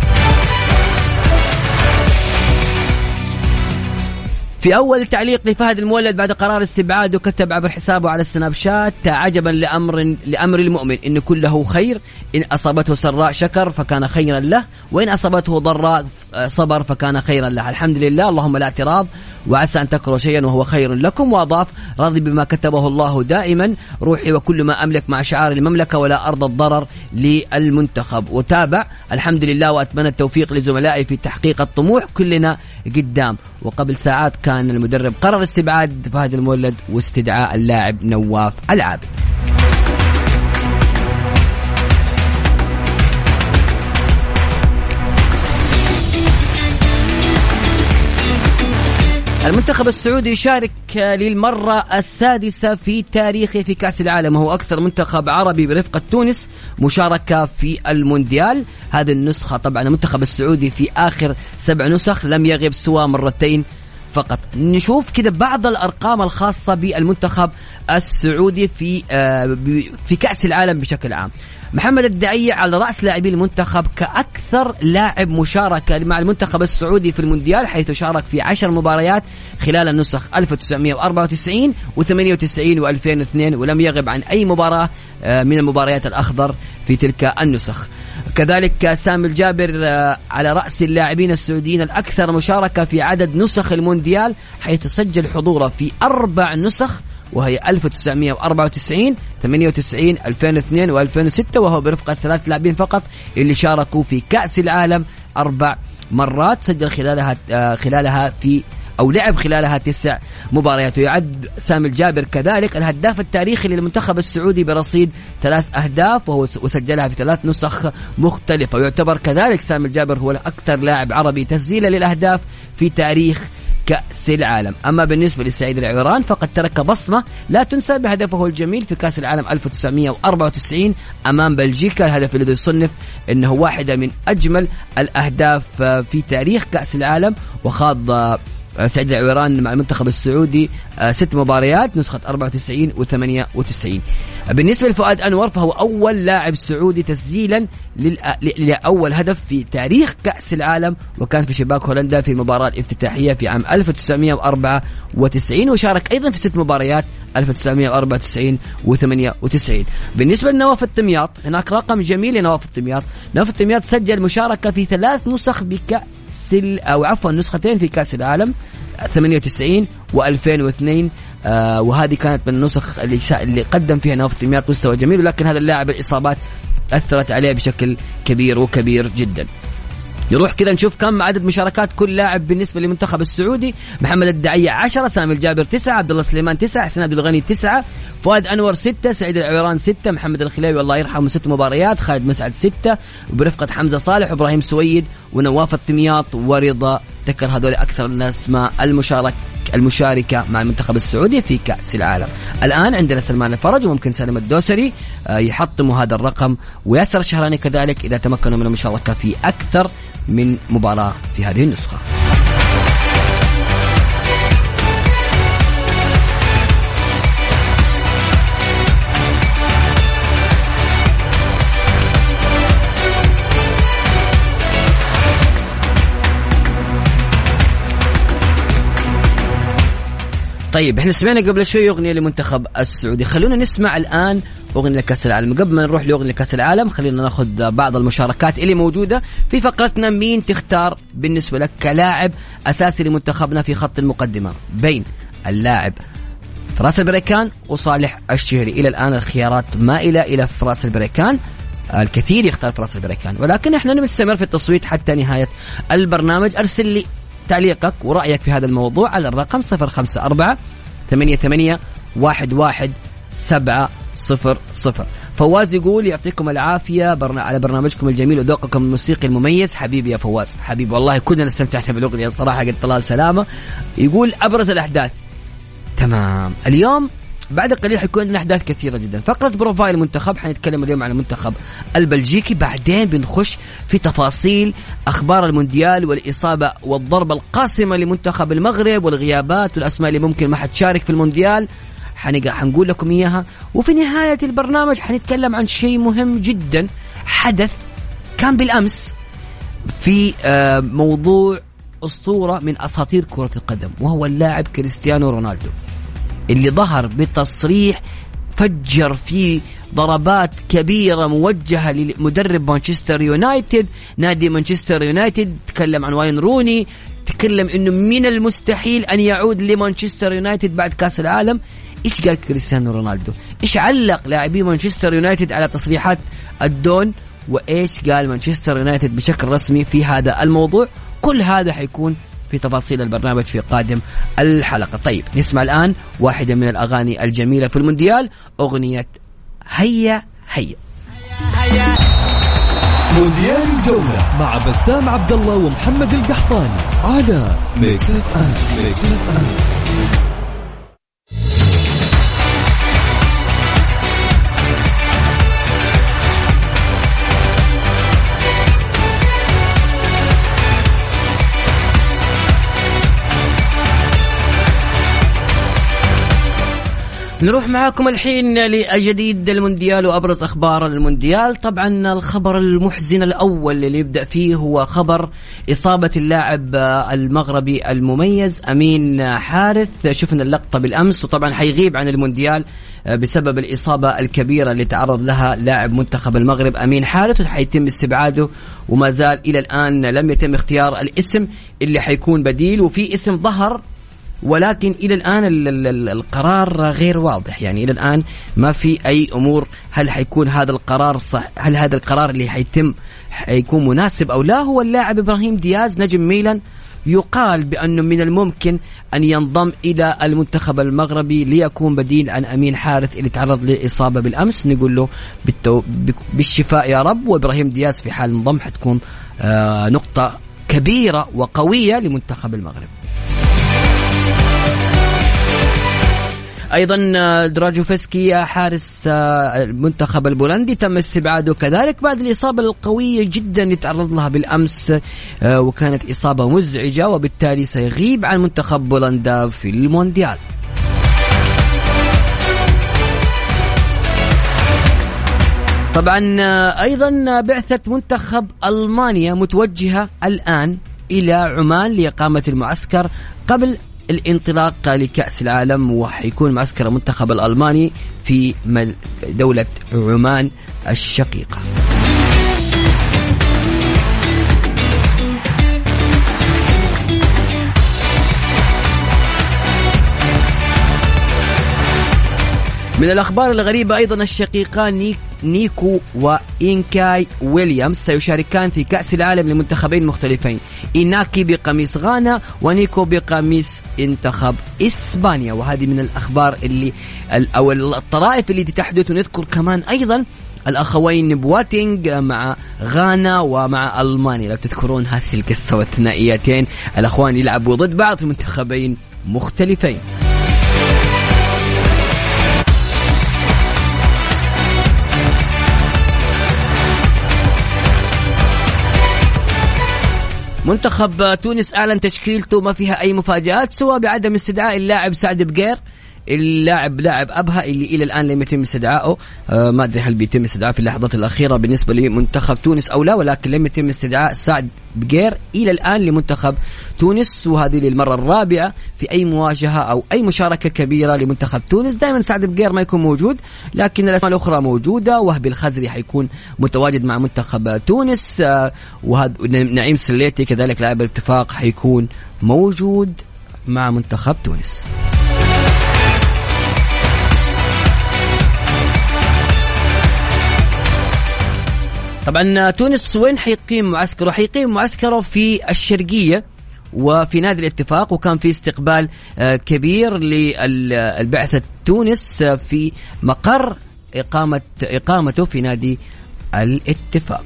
في أول تعليق لفهد المولد بعد قرار استبعاده كتب عبر حسابه على السناب شات: عجبا لأمر, لأمر المؤمن إن كله خير، إن أصابته سراء شكر فكان خيرا له، وإن أصابته ضراء صبر فكان خيرا له. الحمد لله، اللهم لا اعتراض، وعسى أن تكرهوا شيئا وهو خير لكم. وأضاف: راضي بما كتبه الله دائما، روحي وكل ما أملك مع شعار المملكة ولا أرض الضرر للمنتخب. وتابع: الحمد لله وأتمنى التوفيق لزملائي في تحقيق الطموح، كلنا قدام. وقبل ساعات كان المدرب قرر استبعاد فهد المولد واستدعاء اللاعب نواف العابد. المنتخب السعودي يشارك للمرة السادسة في تاريخه في كأس العالم، وهو أكثر منتخب عربي برفقة تونس مشاركة في المونديال. هذه النسخة طبعا المنتخب السعودي في آخر سبع نسخ لم يغب سوى مرتين فقط. نشوف كده بعض الأرقام الخاصة بالمنتخب السعودي في في كأس العالم بشكل عام. محمد الدعيع على رأس لاعبي المنتخب كأكثر لاعب مشاركة مع المنتخب السعودي في المونديال، حيث شارك في عشر مباريات خلال النسخ ألف وتسعمائة وأربعة وتسعين وثمانية وتسعين وألفين واثنين، ولم يغب عن أي مباراة من المباريات الأخضر في تلك النسخ. كذلك سامي الجابر على رأس اللاعبين السعوديين الأكثر مشاركة في عدد نسخ المونديال، حيث سجل حضوره في أربع نسخ، وهي ألف وتسعمائة وأربعة وتسعين ثمانية وتسعين ألفين واثنين وألفين وستة، وهو برفقة ثلاث لاعبين فقط اللي شاركوا في كأس العالم أربع مرات، سجل خلالها خلالها في أو لعب خلالها تسع مباريات. ويعد سامي الجابر كذلك الهداف التاريخي للمنتخب السعودي برصيد ثلاث أهداف، وهو وسجلها في ثلاث نسخ مختلفة. ويعتبر كذلك سامي الجابر هو أكثر لاعب عربي تسجيلا للأهداف في تاريخ كأس العالم. أما بالنسبة لسعيد العويران فقد ترك بصمة لا تنسى بهدفه الجميل في كأس العالم ألف وتسعمائة وأربعة وتسعين أمام بلجيكا، الهدف الذي يصنف أنه واحدة من أجمل الأهداف في تاريخ كأس العالم. وخاض سعيد العويران مع المنتخب السعودي ست مباريات نسخة أربعة وتسعين وثمانية وتسعين. بالنسبة لفؤاد أنور فهو أول لاعب سعودي تسجيلا لأول هدف في تاريخ كأس العالم، وكان في شباك هولندا في المباراة الافتتاحية في عام ألف وتسعمائة وأربعة وتسعين، وشارك أيضا في ست مباريات ألف وتسعمائة وأربعة وتسعين وثمانية وتسعين. بالنسبة لنواف التمياط هناك رقم جميل لنواف التمياط. نواف التمياط سجل مشاركة في ثلاث نسخ بكأس أو عفوا نسختين في كأس العالم ثمانية وتسعين وألفين واثنين، آه وهذه كانت من النسخ اللي, اللي قدم فيها نواف التمياط مستوى جميل، ولكن هذا اللاعب الإصابات أثرت عليه بشكل كبير وكبير جدا. يروح كذا نشوف كم عدد مشاركات كل لاعب بالنسبة للمنتخب السعودي. محمد الدعيع عشرة، سامي الجابر تسعة، عبد الله سليمان تسعة، حسين عبد الغني تسعة، فؤاد أنور ستة، سعيد العويران ستة، محمد الخلاوي الله يرحمه ست مباريات، خالد مسعد ستة، وبرفقة حمزة صالح وإبراهيم سويد ونواف التمياط ورضا تكر. هذول أكثر الناس مع المشارك المشاركة مع المنتخب السعودي في كأس العالم. الآن عندنا سلمان الفرج وممكن سالم الدوسري يحطموا هذا الرقم، وياسر الشهراني كذلك إذا تمكنوا من المشاركة في أكثر من مباراة في هذه النسخة. طيب احنا سمعنا قبل شوي أغنية لمنتخب السعودي، خلونا نسمع الآن أغنية لكأس العالم. قبل ما نروح لأغنية لكأس العالم خلينا ناخذ بعض المشاركات اللي موجودة في فقرتنا. مين تختار بالنسبة لك كلاعب أساسي لمنتخبنا في خط المقدمة بين اللاعب فراس البريكان وصالح الشهري؟ إلى الآن الخيارات مائلة إلى فراس البريكان، الكثير يختار فراس البريكان، ولكن احنا نستمر في التصويت حتى نهاية البرنامج. أرسل لي تعليقك ورأيك في هذا الموضوع على الرقم صفر خمسة أربعة ثمانية ثمانية واحد واحد سبعة صفر صفر. فواز يقول يعطيكم العافية برنا على برنامجكم الجميل وذوقكم الموسيقي المميز. حبيبي يا فواز، حبيبي والله كلنا استمتعنا بالأغنية الصراحة. قد طلال سلامة يقول أبرز الأحداث. تمام، اليوم بعد قليل حيكون عندنا أحداث كثيرة جدا. فقرة بروفايل المنتخب حنتكلم اليوم عن المنتخب البلجيكي، بعدين بنخش في تفاصيل أخبار المونديال والإصابة والضربة القاسمة لمنتخب المغرب والغيابات والأسماء اللي ممكن ما حتشارك في المونديال، حنقول لكم إياها. وفي نهاية البرنامج حنتكلم عن شيء مهم جدا حدث كان بالأمس في موضوع أسطورة من أساطير كرة القدم، وهو اللاعب كريستيانو رونالدو، اللي ظهر بتصريح فجر فيه ضربات كبيرة موجهة لمدرب مانشستر يونايتد. نادي مانشستر يونايتد تكلم عن واين روني، تكلم إنه من المستحيل أن يعود لمانشستر يونايتد بعد كأس العالم. إيش قال كريستيانو رونالدو؟ إيش علق لاعبي مانشستر يونايتد على تصريحات الدون؟ وإيش قال مانشستر يونايتد بشكل رسمي في هذا الموضوع؟ كل هذا حيكون في تفاصيل البرنامج في قادم الحلقة. طيب نسمع الآن واحدة من الأغاني الجميلة في المونديال، أغنية هيا هيا. مونديال الجولة مع بسام عبد الله ومحمد القحطاني على ميكس اف ام. ميكس اف ام. نروح معاكم الحين لجديد المونديال وأبرز أخبار المونديال. طبعا الخبر المحزن الأول اللي يبدأ فيه هو خبر إصابة اللاعب المغربي المميز أمين حارث. شفنا اللقطة بالأمس، وطبعا حيغيب عن المونديال بسبب الإصابة الكبيرة اللي تعرض لها لاعب منتخب المغرب أمين حارث، وحيتم استبعاده، وما زال إلى الآن لم يتم اختيار الاسم اللي حيكون بديل. وفي اسم ظهر ولكن إلى الآن القرار غير واضح، يعني إلى الآن ما في أي أمور. هل حيكون هذا القرار صح؟ هل هذا القرار اللي حيتم حيكون مناسب أو لا؟ هو اللاعب إبراهيم دياز نجم ميلان يقال بأنه من الممكن أن ينضم إلى المنتخب المغربي ليكون بديل عن أمين حارث اللي تعرض لإصابة بالأمس. نقول له بالتو... بالشفاء يا رب. وإبراهيم دياز في حال انضم حتكون آه نقطة كبيرة وقوية لمنتخب المغرب. أيضا دراجوفسكي حارس المنتخب البولندي تم استبعاده كذلك بعد الإصابة القوية جدا اللي تعرض لها بالأمس، وكانت إصابة مزعجة، وبالتالي سيغيب عن منتخب بولندا في المونديال. طبعا أيضا بعثة منتخب ألمانيا متوجهة الآن إلى عمان لإقامة المعسكر قبل الانطلاق لكأس العالم، وحيكون معسكر المنتخب الألماني في دولة عمان الشقيقة. من الأخبار الغريبة أيضا الشقيقان نيك نيكو وإنكاي ويليامز سيشاركان في كأس العالم لمنتخبين مختلفين، إناكي بقميص غانا ونيكو بقميص منتخب إسبانيا. وهذه من الأخبار اللي أو الطرائف اللي تحدث. ونذكر كمان أيضا الأخوين بواتينج مع غانا ومع ألمانيا، لو تذكرون هذه القصة والثنائيتين، الأخوان يلعبوا ضد بعض في منتخبين مختلفين. منتخب تونس أعلن تشكيلته ما فيها أي مفاجآت سوى بعدم استدعاء اللاعب سعد بقير، اللاعب لاعب أبها اللي إلى الآن لم يتم استدعائه. آه ما أدري هل بيتم استدعاء في اللحظات الأخيرة بالنسبة لمنتخب تونس أو لا، ولكن لم يتم استدعاء سعد بقير إلى الآن لمنتخب تونس، وهذه للمرة الرابعة في أي مواجهة أو أي مشاركة كبيرة لمنتخب تونس. دائما سعد بقير ما يكون موجود، لكن الأسماء الأخرى موجودة. وهبي الخزري حيكون متواجد مع منتخب تونس، آه وهذا نعيم سليتي كذلك لاعب الاتفاق حيكون موجود مع منتخب تونس. طبعا تونس وين حيقيم معسكره؟ حيقيم معسكره في الشرقية وفي نادي الاتفاق، وكان في استقبال كبير للبعثة تونس في مقر إقامة إقامته في نادي الاتفاق.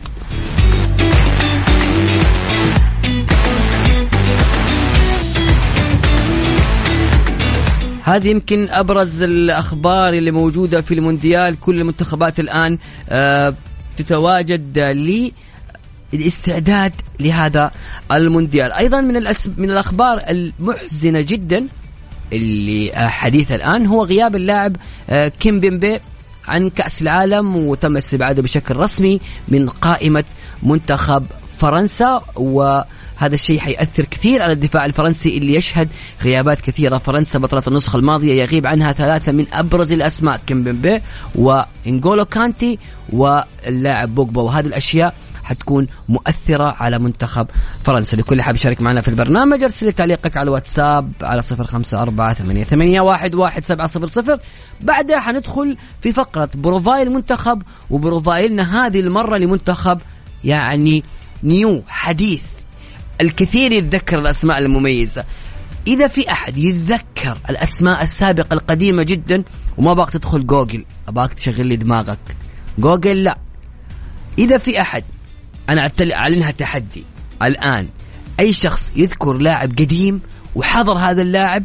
هذه يمكن أبرز الأخبار اللي موجودة في المونديال. كل المنتخبات الآن آه تتواجد لي الاستعداد لهذا المونديال. أيضا من الأس... من الأخبار المحزنة جدا اللي حديث الآن هو غياب اللاعب كيمبيمبي عن كأس العالم، وتم استبعاده بشكل رسمي من قائمة منتخب فرنسا، وهذا الشيء حيأثر كثير على الدفاع الفرنسي اللي يشهد غيابات كثيرة. فرنسا بطلة النسخة الماضية يغيب عنها ثلاثة من أبرز الأسماء، كيمبيمبي وإنغولو كانتي واللاعب بوجبا، وهذه الأشياء حتكون مؤثرة على منتخب فرنسا. لكل حاب يشارك معنا في البرنامج ارسل تعليقك على الواتساب على صفر خمسة أربعة ثمانية ثمانية واحد واحد سبعة صفر صفر. بعدها حندخل في فقرة بروفايل منتخب، وبروفايلنا هذه المرة لمنتخب يعني نيو حديث. الكثير يتذكر الأسماء المميزة. إذا في أحد يتذكر الأسماء السابقة القديمة جدا وما باك تدخل جوجل، أباك تشغل لي دماغك جوجل، لا. إذا في أحد، أنا أعلنها تحدي الآن، أي شخص يذكر لاعب قديم وحضر هذا اللاعب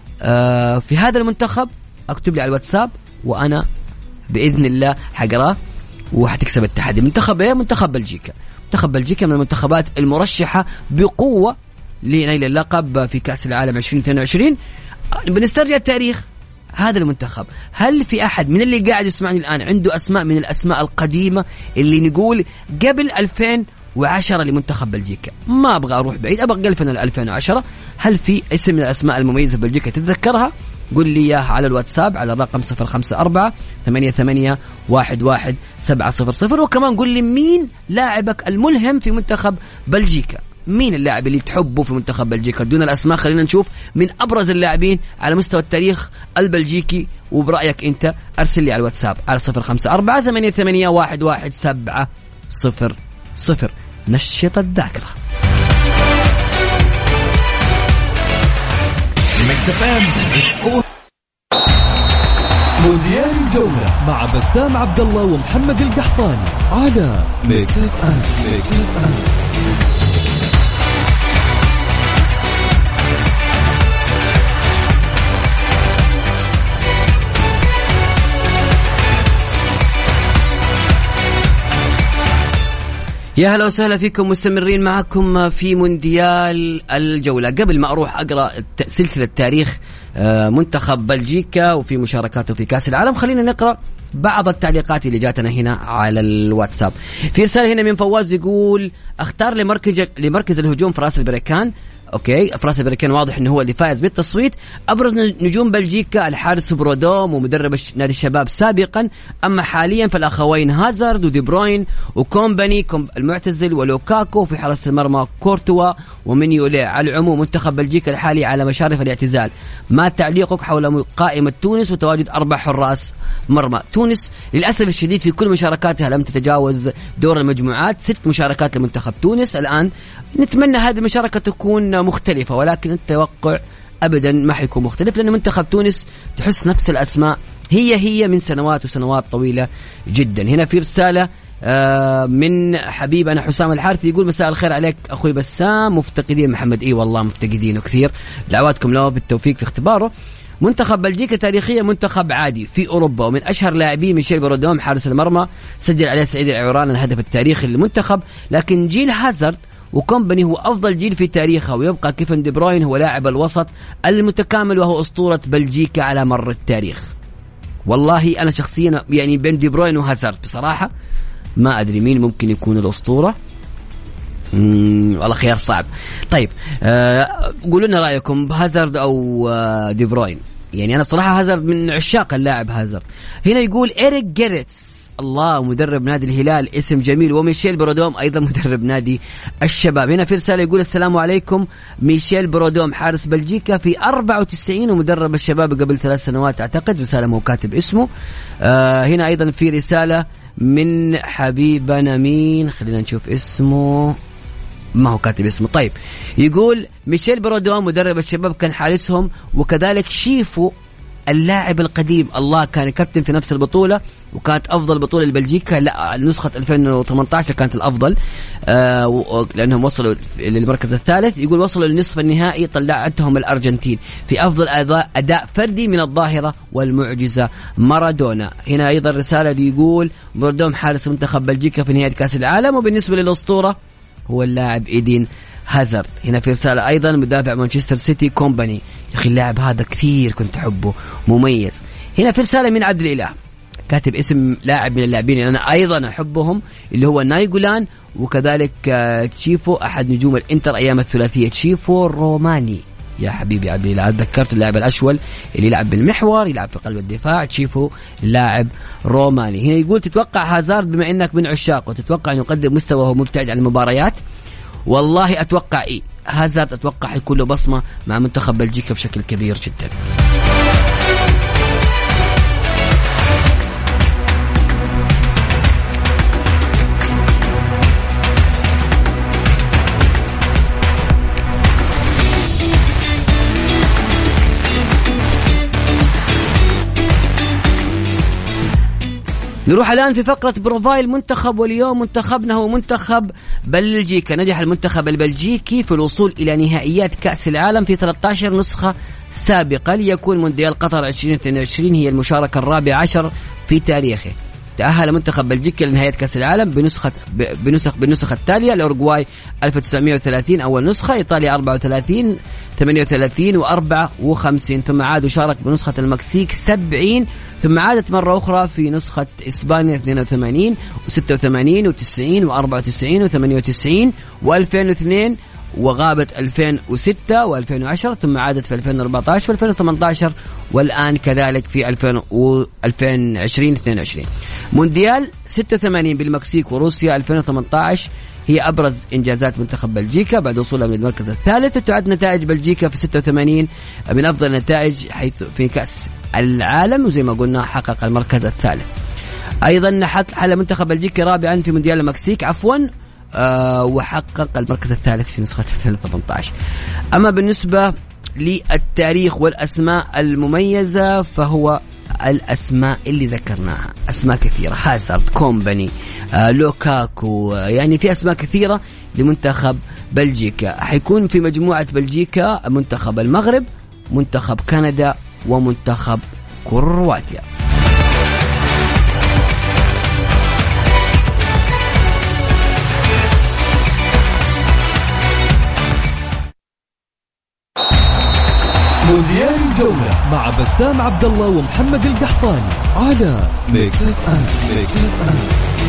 آه في هذا المنتخب، أكتب لي على الواتساب وأنا بإذن الله حقراه وحتكسب التحدي. منتخب إيه؟ منتخب بلجيكا. منتخب بلجيكا من المنتخبات المرشحة بقوة لنيل اللقب في كأس العالم عشرين اثنين وعشرين. بنسترجع التاريخ هذا المنتخب. هل في أحد من اللي قاعد يسمعني الآن عنده أسماء من الأسماء القديمة اللي نقول قبل ألفين وعشرة لمنتخب بلجيكا؟ ما أبغى أروح بعيد، أبغى قلفنا ألفين وعشرة. هل في اسم من الأسماء المميزة بلجيكا تتذكرها؟ قل لي إياه على الواتساب على الرقم صفر خمسة أربعة ثمانية ثمانية واحد واحد سبعة صفر صفر. وكمان قل لي مين لاعبك الملهم في منتخب بلجيكا، مين اللاعب اللي تحبه في منتخب بلجيكا؟ دون الأسماء خلينا نشوف من أبرز اللاعبين على مستوى التاريخ البلجيكي، وبرأيك أنت أرسل لي على الواتساب على صفر خمسة أربعة ثمانية ثمانية واحد واحد سبعة صفر صفر. نشط الذاكرة. مونديال الجولة مع بسام عبد الله ومحمد القحطاني على ميكس اف ام. ميكس اف ام. يا هلا وسهلا فيكم، مستمرين معكم في مونديال الجولة. قبل ما أروح أقرأ سلسلة تاريخ منتخب بلجيكا وفي مشاركاته في كأس العالم، خلينا نقرأ بعض التعليقات اللي جاتنا هنا على الواتساب. في رسالة هنا من فواز يقول اختار لمركز لمركز الهجوم فراس البركان. اوكي، فراس البركان واضح انه هو اللي فائز بالتصويت. ابرز نجوم بلجيكا الحارس برودوم ومدرب نادي الشباب سابقا، اما حاليا فالاخوين هازارد ودي بروين وكومباني المعتزل ولوكاكو، في حراسة المرمى كورتوا ومينيولي. على العموم منتخب بلجيكا الحالي على مشارف الاعتزال. ما تعليقك حول قائمة تونس وتواجد أربع حراس مرمى؟ تونس للأسف الشديد في كل مشاركاتها لم تتجاوز دور المجموعات. ست مشاركات لمنتخب تونس الآن. نتمنى هذه المشاركة تكون مختلفة، ولكن التوقع أبدا ما حيكون مختلف، لأن منتخب تونس تحس نفس الأسماء هي هي من سنوات وسنوات طويلة جدا. هنا في رسالة من حبيبنا حسام الحارثي يقول مساء الخير عليك أخوي بسام، مفتقدين محمد. إيه والله مفتقدينه كثير، دعواتكم له بالتوفيق في اختباره. منتخب بلجيكا تاريخيا منتخب عادي في أوروبا، ومن أشهر لاعبين ميشيل برودوم حارس المرمى، سجل عليه سعيد العوران الهدف التاريخي للمنتخب. لكن جيل هازارد وكومباني هو أفضل جيل في تاريخه، ويبقى كيفن دي بروين هو لاعب الوسط المتكامل وهو أسطورة بلجيكا على مر التاريخ. والله أنا شخصيا يعني بين دي بروين وهازارد بصراحة ما أدري مين ممكن يكون الأسطورة. والله خيار صعب. طيب آه قولوا لنا رأيكم بهازارد أو آه دي بروين. يعني أنا صراحة هازارد من عشاق اللاعب هازارد. هنا يقول إيريك جيريتس، الله، مدرب نادي الهلال، اسم جميل. وميشيل برودوم أيضا مدرب نادي الشباب. هنا في رسالة يقول السلام عليكم، ميشيل برودوم حارس بلجيكا في أربعة وتسعين ومدرب الشباب قبل ثلاث سنوات أعتقد. رسالة مو كاتب اسمه. آه هنا أيضا في رسالة من حبيبنا مين، خلينا نشوف اسمه، ما هو كاتب اسمه. طيب يقول ميشيل برودوم مدرب الشباب كان حارسهم، وكذلك شيفو اللاعب القديم. الله كان كابتن في نفس البطولة وكانت أفضل بطولة لبلجيكا، لا نسخة ألفين وثمانية عشر كانت الأفضل آه لأنهم وصلوا للمركز الثالث. يقول وصلوا لنصف النهائي طلعتهم الأرجنتين في أفضل أداء, أداء فردي من الظاهرة والمعجزة مارادونا. هنا أيضا رسالة يقول بردوم حارس منتخب بلجيكا في نهاية كأس العالم، وبالنسبة للأسطورة هو اللاعب إيدين هازارد. هنا في رسالة أيضا مدافع مانشستر سيتي كومباني، يا أخي اللاعب هذا كثير كنت أحبه مميز. هنا في رسالة من عبد الإله كاتب اسم لاعب من اللاعبين اللي أنا أيضا أحبهم اللي هو نايغولان، وكذلك تشيفو أحد نجوم الإنتر أيام الثلاثية، تشيفو روماني. يا حبيبي عبد الإله ذكرت اللاعب الأشول اللي يلعب بالمحور يلعب في قلب الدفاع، تشيفو لاعب روماني. هنا يقول تتوقع هازارد بما أنك من عشاقه تتوقع أن يقدم مستواه مبتعد عن المباريات؟ والله أتوقع إيه هازارد أتوقع يكون له بصمة مع منتخب بلجيكا بشكل كبير جدا. نروح الآن في فقرة بروفايل منتخب، واليوم منتخبنا هو منتخب بلجيكا. نجح المنتخب البلجيكي في الوصول إلى نهائيات كأس العالم في ثلاثة عشر نسخة سابقة، ليكون مونديال قطر ألفين واثنين وعشرين هي المشاركة الرابعة عشر في تاريخه. تأهل منتخب بلجيكا لنهاية كأس العالم بنسخة بنسخ بالنسخة التالية: الأورجواي ألف وتسعمائة وثلاثين أول نسخة، إيطاليا أربعة وثلاثين، ثمانية وثلاثين وأربعة وخمسين، ثم عاد وشارك بنسخة المكسيك سبعين، ثم عادت مرة أخرى في نسخة إسبانيا اثنين وثمانين وستة وثمانين وتسعين وأربعة وتسعين وثمانية وتسعين وألفين واثنين، وغابت ألفين وستة وألفين وعشرة، ثم عادت في ألفين وأربعة عشر وألفين وثمانية عشر، والآن كذلك في ألفين وعشرين اثنين وعشرين. مونديال ستة وثمانين بالمكسيك وروسيا ألفين وثمانية عشر هي أبرز إنجازات منتخب بلجيكا بعد وصولها من المركز الثالث. وتعد نتائج بلجيكا في ستة وثمانين من أفضل النتائج حيث في كأس العالم، وزي ما قلنا حقق المركز الثالث. أيضا حل منتخب بلجيكا رابعا في مونديال المكسيك عفوا أه وحقق المركز الثالث في نسخة ألفين وثمانية عشر. أما بالنسبة للتاريخ والأسماء المميزة فهو الأسماء اللي ذكرناها أسماء كثيرة: هازارد، كومباني، آه، لوكاكو، آه، يعني في أسماء كثيرة لمنتخب بلجيكا. حيكون في مجموعة بلجيكا منتخب المغرب، منتخب كندا، ومنتخب كرواتيا. مونديال الجولة مع بسام عبد الله ومحمد القحطاني على ميكس اف ام. ميكس اف ام.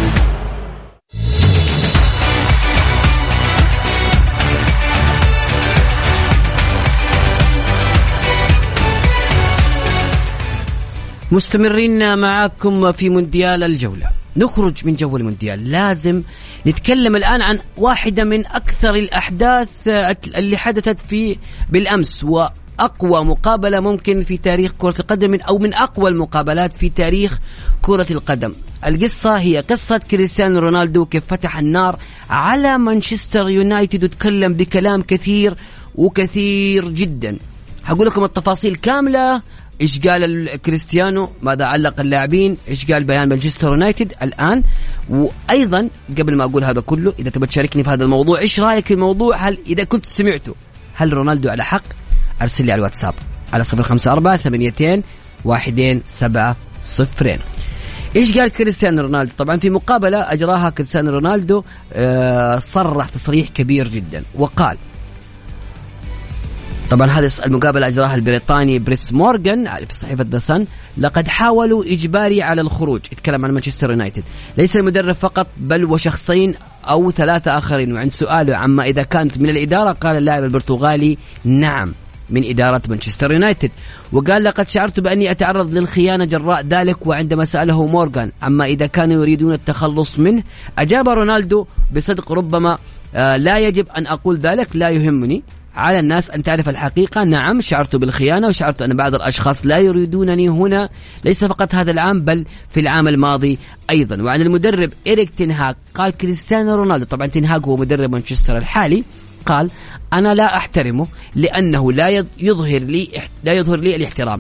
مستمرين معاكم في مونديال الجولة. نخرج من جو المونديال لازم نتكلم الآن عن واحدة من أكثر الأحداث اللي حدثت في بالأمس، وأقوى مقابلة ممكن في تاريخ كرة القدم أو من أقوى المقابلات في تاريخ كرة القدم. القصة هي قصة كريستيانو رونالدو كيف فتح النار على مانشستر يونايتد وتكلم بكلام كثير وكثير جدا. هقول لكم التفاصيل كاملة، إيش قال كريستيانو، ماذا علق اللاعبين، إيش قال بيان مانشستر يونايتد الآن. وأيضا قبل ما أقول هذا كله، إذا تبغى تشاركني في هذا الموضوع، إيش رأيك في الموضوع، هل إذا كنت سمعته هل رونالدو على حق، أرسل لي على الواتساب على صفر خمسة أربعة ثمانيتين واحدين سبعة صفرين. إيش قال كريستيانو رونالدو؟ طبعا في مقابلة أجراها كريستيانو رونالدو صرح تصريح كبير جدا وقال، طبعا هذه المقابلة أجراها البريطاني بريس مورغان في صحيفة ذا سن: لقد حاولوا إجباري على الخروج. يتكلم عن مانشستر يونايتد، ليس المدرب فقط بل وشخصين أو ثلاثة آخرين. وعند سؤاله عما إذا كانت من الإدارة، قال اللاعب البرتغالي: نعم، من إدارة مانشستر يونايتد. وقال: لقد شعرت بأني أتعرض للخيانة جراء ذلك. وعندما سأله مورغان عما إذا كانوا يريدون التخلص منه، أجاب رونالدو بصدق: ربما آه لا يجب أن أقول ذلك، لا يهمني، على الناس أن تعرف الحقيقة. نعم، شعرت بالخيانة، وشعرت أن بعض الأشخاص لا يريدونني هنا، ليس فقط هذا العام بل في العام الماضي أيضا. وعن المدرب إريك تين هاغ قال كريستيانو رونالدو، طبعا تين هاغ هو مدرب مانشستر الحالي، قال: أنا لا أحترمه لأنه لا يظهر لي لا يظهر لي الاحترام،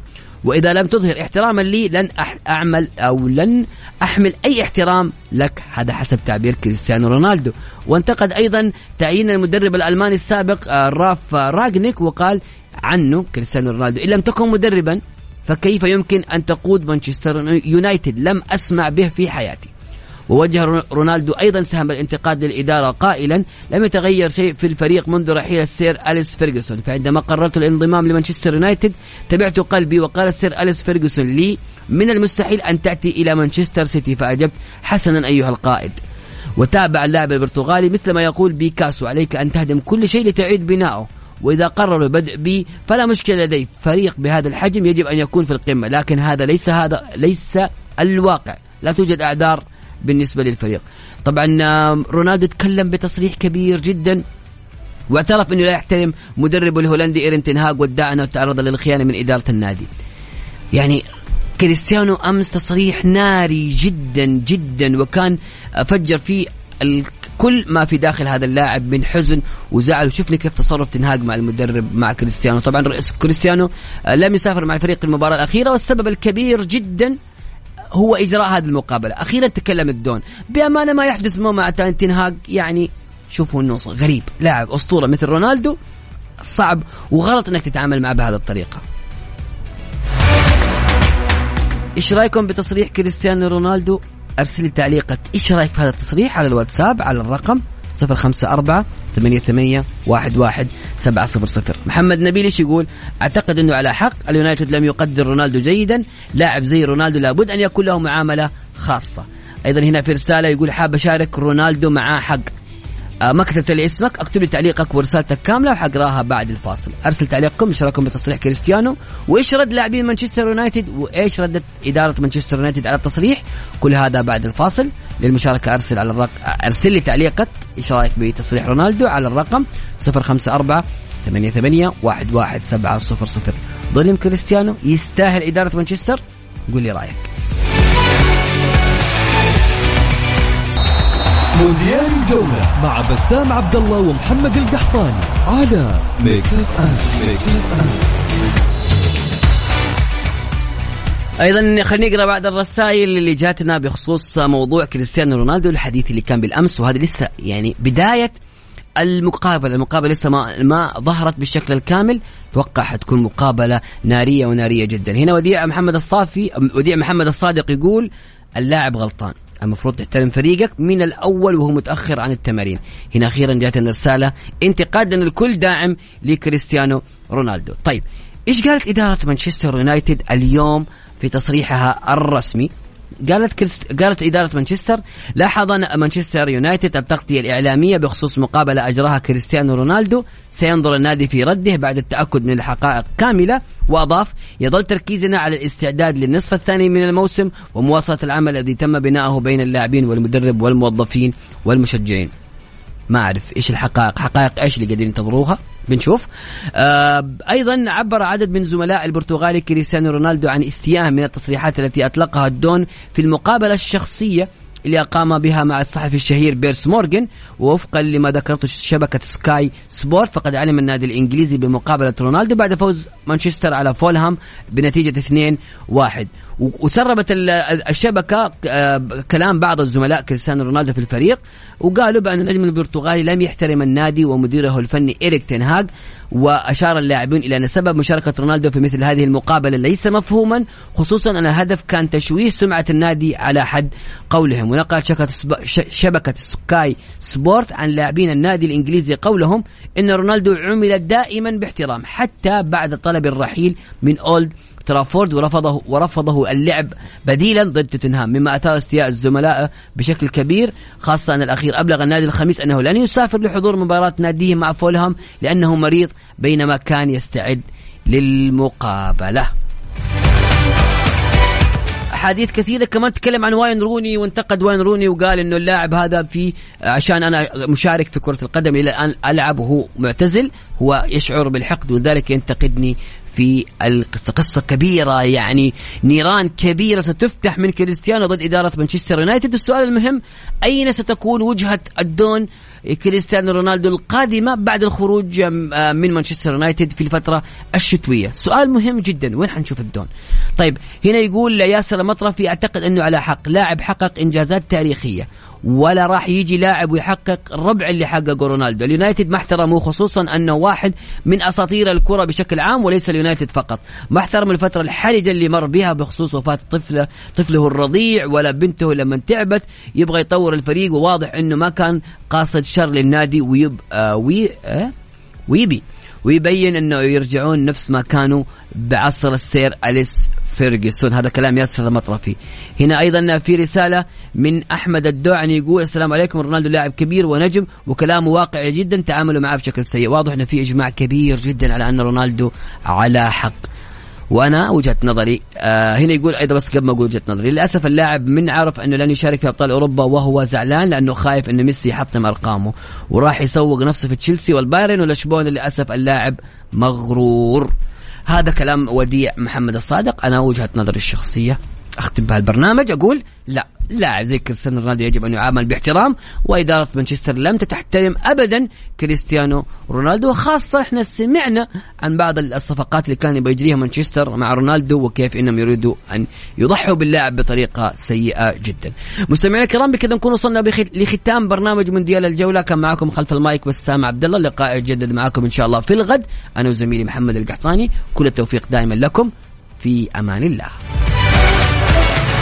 وإذا لم تظهر احتراما لي لن أعمل أو لن أحمل أي احترام لك. هذا حسب تعبير كريستيانو رونالدو. وانتقد أيضا تعيين المدرب الألماني السابق راف راغنيك وقال عنه كريستيانو رونالدو: إن لم تكن مدربا فكيف يمكن أن تقود مانشستر يونايتد؟ لم أسمع به في حياتي. ووجه رونالدو أيضا سهم الانتقاد للإدارة قائلا: لم يتغير شيء في الفريق منذ رحيل السير أليس فيرغسون، فعندما قررت الانضمام لمانشستر يونايتد تبعت قلبي، وقال السير أليس فيرغسون لي: من المستحيل أن تأتي إلى مانشستر سيتي، فأجبت: حسنا أيها القائد. وتابع اللاعب البرتغالي: مثل ما يقول بيكاسو، عليك أن تهدم كل شيء لتعيد بناؤه، وإذا قرروا بدء بي فلا مشكلة لدي، فريق بهذا الحجم يجب أن يكون في القمة، لكن هذا ليس هذا ليس الواقع، لا توجد أعذار بالنسبة للفريق. طبعا رونالدو تكلم بتصريح كبير جدا واعترف أنه لا يحترم مدربه الهولندي إيرين تين هاغ، وادعى أنه تعرض للخيانة من إدارة النادي. يعني كريستيانو أمس تصريح ناري جدا جدا، وكان فجر فيه كل ما في داخل هذا اللاعب من حزن وزعل. وشوفنا كيف تصرف تين هاغ مع المدرب مع كريستيانو. طبعا كريستيانو لم يسافر مع الفريق المباراة الأخيرة، والسبب الكبير جدا هو إجراء هذه المقابلة. أخيرا تكلم الدون بأمانة، ما يحدث مع تين هاغ يعني شوفوا إنه غريب، لاعب أسطورة مثل رونالدو صعب وغلط إنك تتعامل معه بهذه الطريقة. إيش رأيكم بتصريح كريستيانو رونالدو؟ أرسل تعليقك، إيش رأيك في هذا التصريح على الواتساب على الرقم صفر خمسة أربعة ثمانية ثمانية واحد واحد سبعة صفر صفر. محمد نبيل إيش يقول؟ أعتقد أنه على حق، اليونايتد لم يقدر رونالدو جيدا، لاعب زي رونالدو لابد أن يكون له معاملة خاصة. أيضا هنا في رسالة يقول: حاب أشارك رونالدو معاه حق. آه ما كتبت لي اسمك، اكتب لي تعليقك ورسالتك كاملة وحقراها بعد الفاصل. أرسل تعليقكم، إيش رأيكم بتصريح كريستيانو، وإيش رد لاعبين مانشستر يونايتد، وإيش ردت إدارة مانشستر يونايتد على التصريح. كل هذا بعد الفاصل. للمشاركة أرسل على الرقم، أرسل لي تعليقك إيش رأيك بتصريح رونالدو على الرقم صفر خمسة أربعة ثمانية ثمانية واحد واحد سبعة صفر صفر. ظلم كريستيانو؟ يستاهل إدارة مانشستر؟ قول لي رأيك. مونديال الجولة مع بسام عبد الله ومحمد القحطاني على ميكس اف ام. ميكس اف ام. أيضا خلينا نقرأ بعض الرسائل اللي جاتنا بخصوص موضوع كريستيانو رونالدو، الحديث اللي كان بالأمس، وهذا لسه يعني بداية المقابلة. المقابلة لسه ما, ما ظهرت بالشكل الكامل، توقع حتكون مقابلة نارية ونارية جدا. هنا وديع محمد الصافي وديع محمد الصادق يقول: اللاعب غلطان، المفروض تحترم فريقك من الأول وهو متأخر عن التمارين. هنا أخيرا جاتنا رسالة انتقادا لكل داعم لكريستيانو رونالدو. طيب إيش قالت إدارة مانشستر يونايتد اليوم في تصريحها الرسمي؟ قالت كريست... قالت إدارة مانشستر: لاحظ مانشستر يونايتد التغطية الإعلامية بخصوص مقابلة أجراها كريستيانو رونالدو، سينظر النادي في رده بعد التأكد من الحقائق كاملة. وأضاف: يظل تركيزنا على الاستعداد للنصف الثاني من الموسم ومواصلة العمل الذي تم بناؤه بين اللاعبين والمدرب والموظفين والمشجعين. ما أعرف إيش الحقائق، حقائق إيش اللي قاعدين ينتظروها؟ بنشوف. آه أيضا عبر عدد من زملاء البرتغالي كريستيانو رونالدو عن استياء من التصريحات التي أطلقها الدون في المقابلة الشخصية اللي قام بها مع الصحفي الشهير بيرس مورغان. ووفقا لما ذكرته شبكة سكاي سبورت، فقد علم النادي الإنجليزي بمقابلة رونالدو بعد فوز مانشستر على فولهام بنتيجة اثنين واحد. وسربت الشبكة كلام بعض الزملاء كريستيانو رونالدو في الفريق، وقالوا بأن النجم البرتغالي لم يحترم النادي ومديره الفني إيريك تين هاغ. وأشار اللاعبين إلى أن سبب مشاركة رونالدو في مثل هذه المقابلة ليس مفهوما، خصوصا أن الهدف كان تشويه سمعة النادي على حد قولهم. ونقلت شبكة سكاي سبورت عن لاعبين النادي الإنجليزي قولهم إن رونالدو عمل دائما باحترام حتى بعد طلب الرحيل من أولد ترافورد، ورفضه ورفضه اللعب بديلا ضد توتنهام، مما أثار استياء الزملاء بشكل كبير، خاصة أن الأخير أبلغ النادي الخميس أنه لن يسافر لحضور مباراة ناديه مع فولهام لأنه مريض بينما كان يستعد للمقابلة. حديث كثيرة كمان تكلم عن واين روني، وانتقد واين روني وقال إنه اللاعب هذا في عشان أنا مشارك في كرة القدم إلى الآن ألعب وهو معتزل، هو يشعر بالحقد وذلك ينتقدني في القصة. قصة كبيرة يعني، نيران كبيرة ستفتح من كريستيانو ضد إدارة مانشستر يونايتد. السؤال المهم، أين ستكون وجهة الدون كريستيانو رونالدو القادمة بعد الخروج من مانشستر يونايتد في الفترة الشتوية؟ سؤال مهم جدا، وين حنشوف الدون؟ طيب هنا يقول ياسر المطرفي أعتقد أنه على حق، لاعب حقق إنجازات تاريخية ولا راح يجي لاعب ويحقق ربع اللي حققه رونالدو. اليونايتد ما احترموه، خصوصا أنه واحد من أساطير الكرة بشكل عام وليس اليونايتد فقط. ما احترم الفترة الحرجة اللي مر بها بخصوص وفاة طفله طفله الرضيع ولا بنته لما تعبت. يبغى يطور الفريق وواضح أنه ما كان قاصد شر للنادي ويب آه وي آه ويبي ويبين أنه يرجعون نفس ما كانوا بعصر السير أليس فيرغسون. هذا كلام ياسر المطرفي. هنا أيضا في رسالة من أحمد الدوعني يقول السلام عليكم، رونالدو لاعب كبير ونجم وكلامه واقعي جدا، تعاملوا معه بشكل سيء. واضح أنه في إجماع كبير جدا على أن رونالدو على حق، وأنا وجهة نظري آه هنا يقول أيضا، بس قبل ما أقول وجهة نظري، للأسف اللاعب من عرف أنه لن يشارك في أبطال أوروبا وهو زعلان لأنه خايف أنه ميسي يحطم أرقامه وراح يسوق نفسه في تشيلسي والبايرن ولشبون. للأسف اللاعب مغرور. هذا كلام وديع محمد الصادق. أنا وجهة نظري الشخصية أختم بها البرنامج، أقول لا، لاعب زي كريستيانو رونالدو يجب أن يعامل باحترام، وإدارة مانشستر لم تحترم أبدا كريستيانو رونالدو. خاصة إحنا سمعنا عن بعض الصفقات اللي كان بيجريها مانشستر مع رونالدو وكيف إنهم يريدوا أن يضحوا باللاعب بطريقة سيئة جدا. مستمعينا الكرام، بكذا نكون وصلنا لختام برنامج مونديال الجولة. كان معكم خلف المايك بسام عبد الله، اللقاء يتجدد معكم إن شاء الله في الغد، أنا وزميلي محمد القحطاني. كل التوفيق دائما لكم، في أمان الله.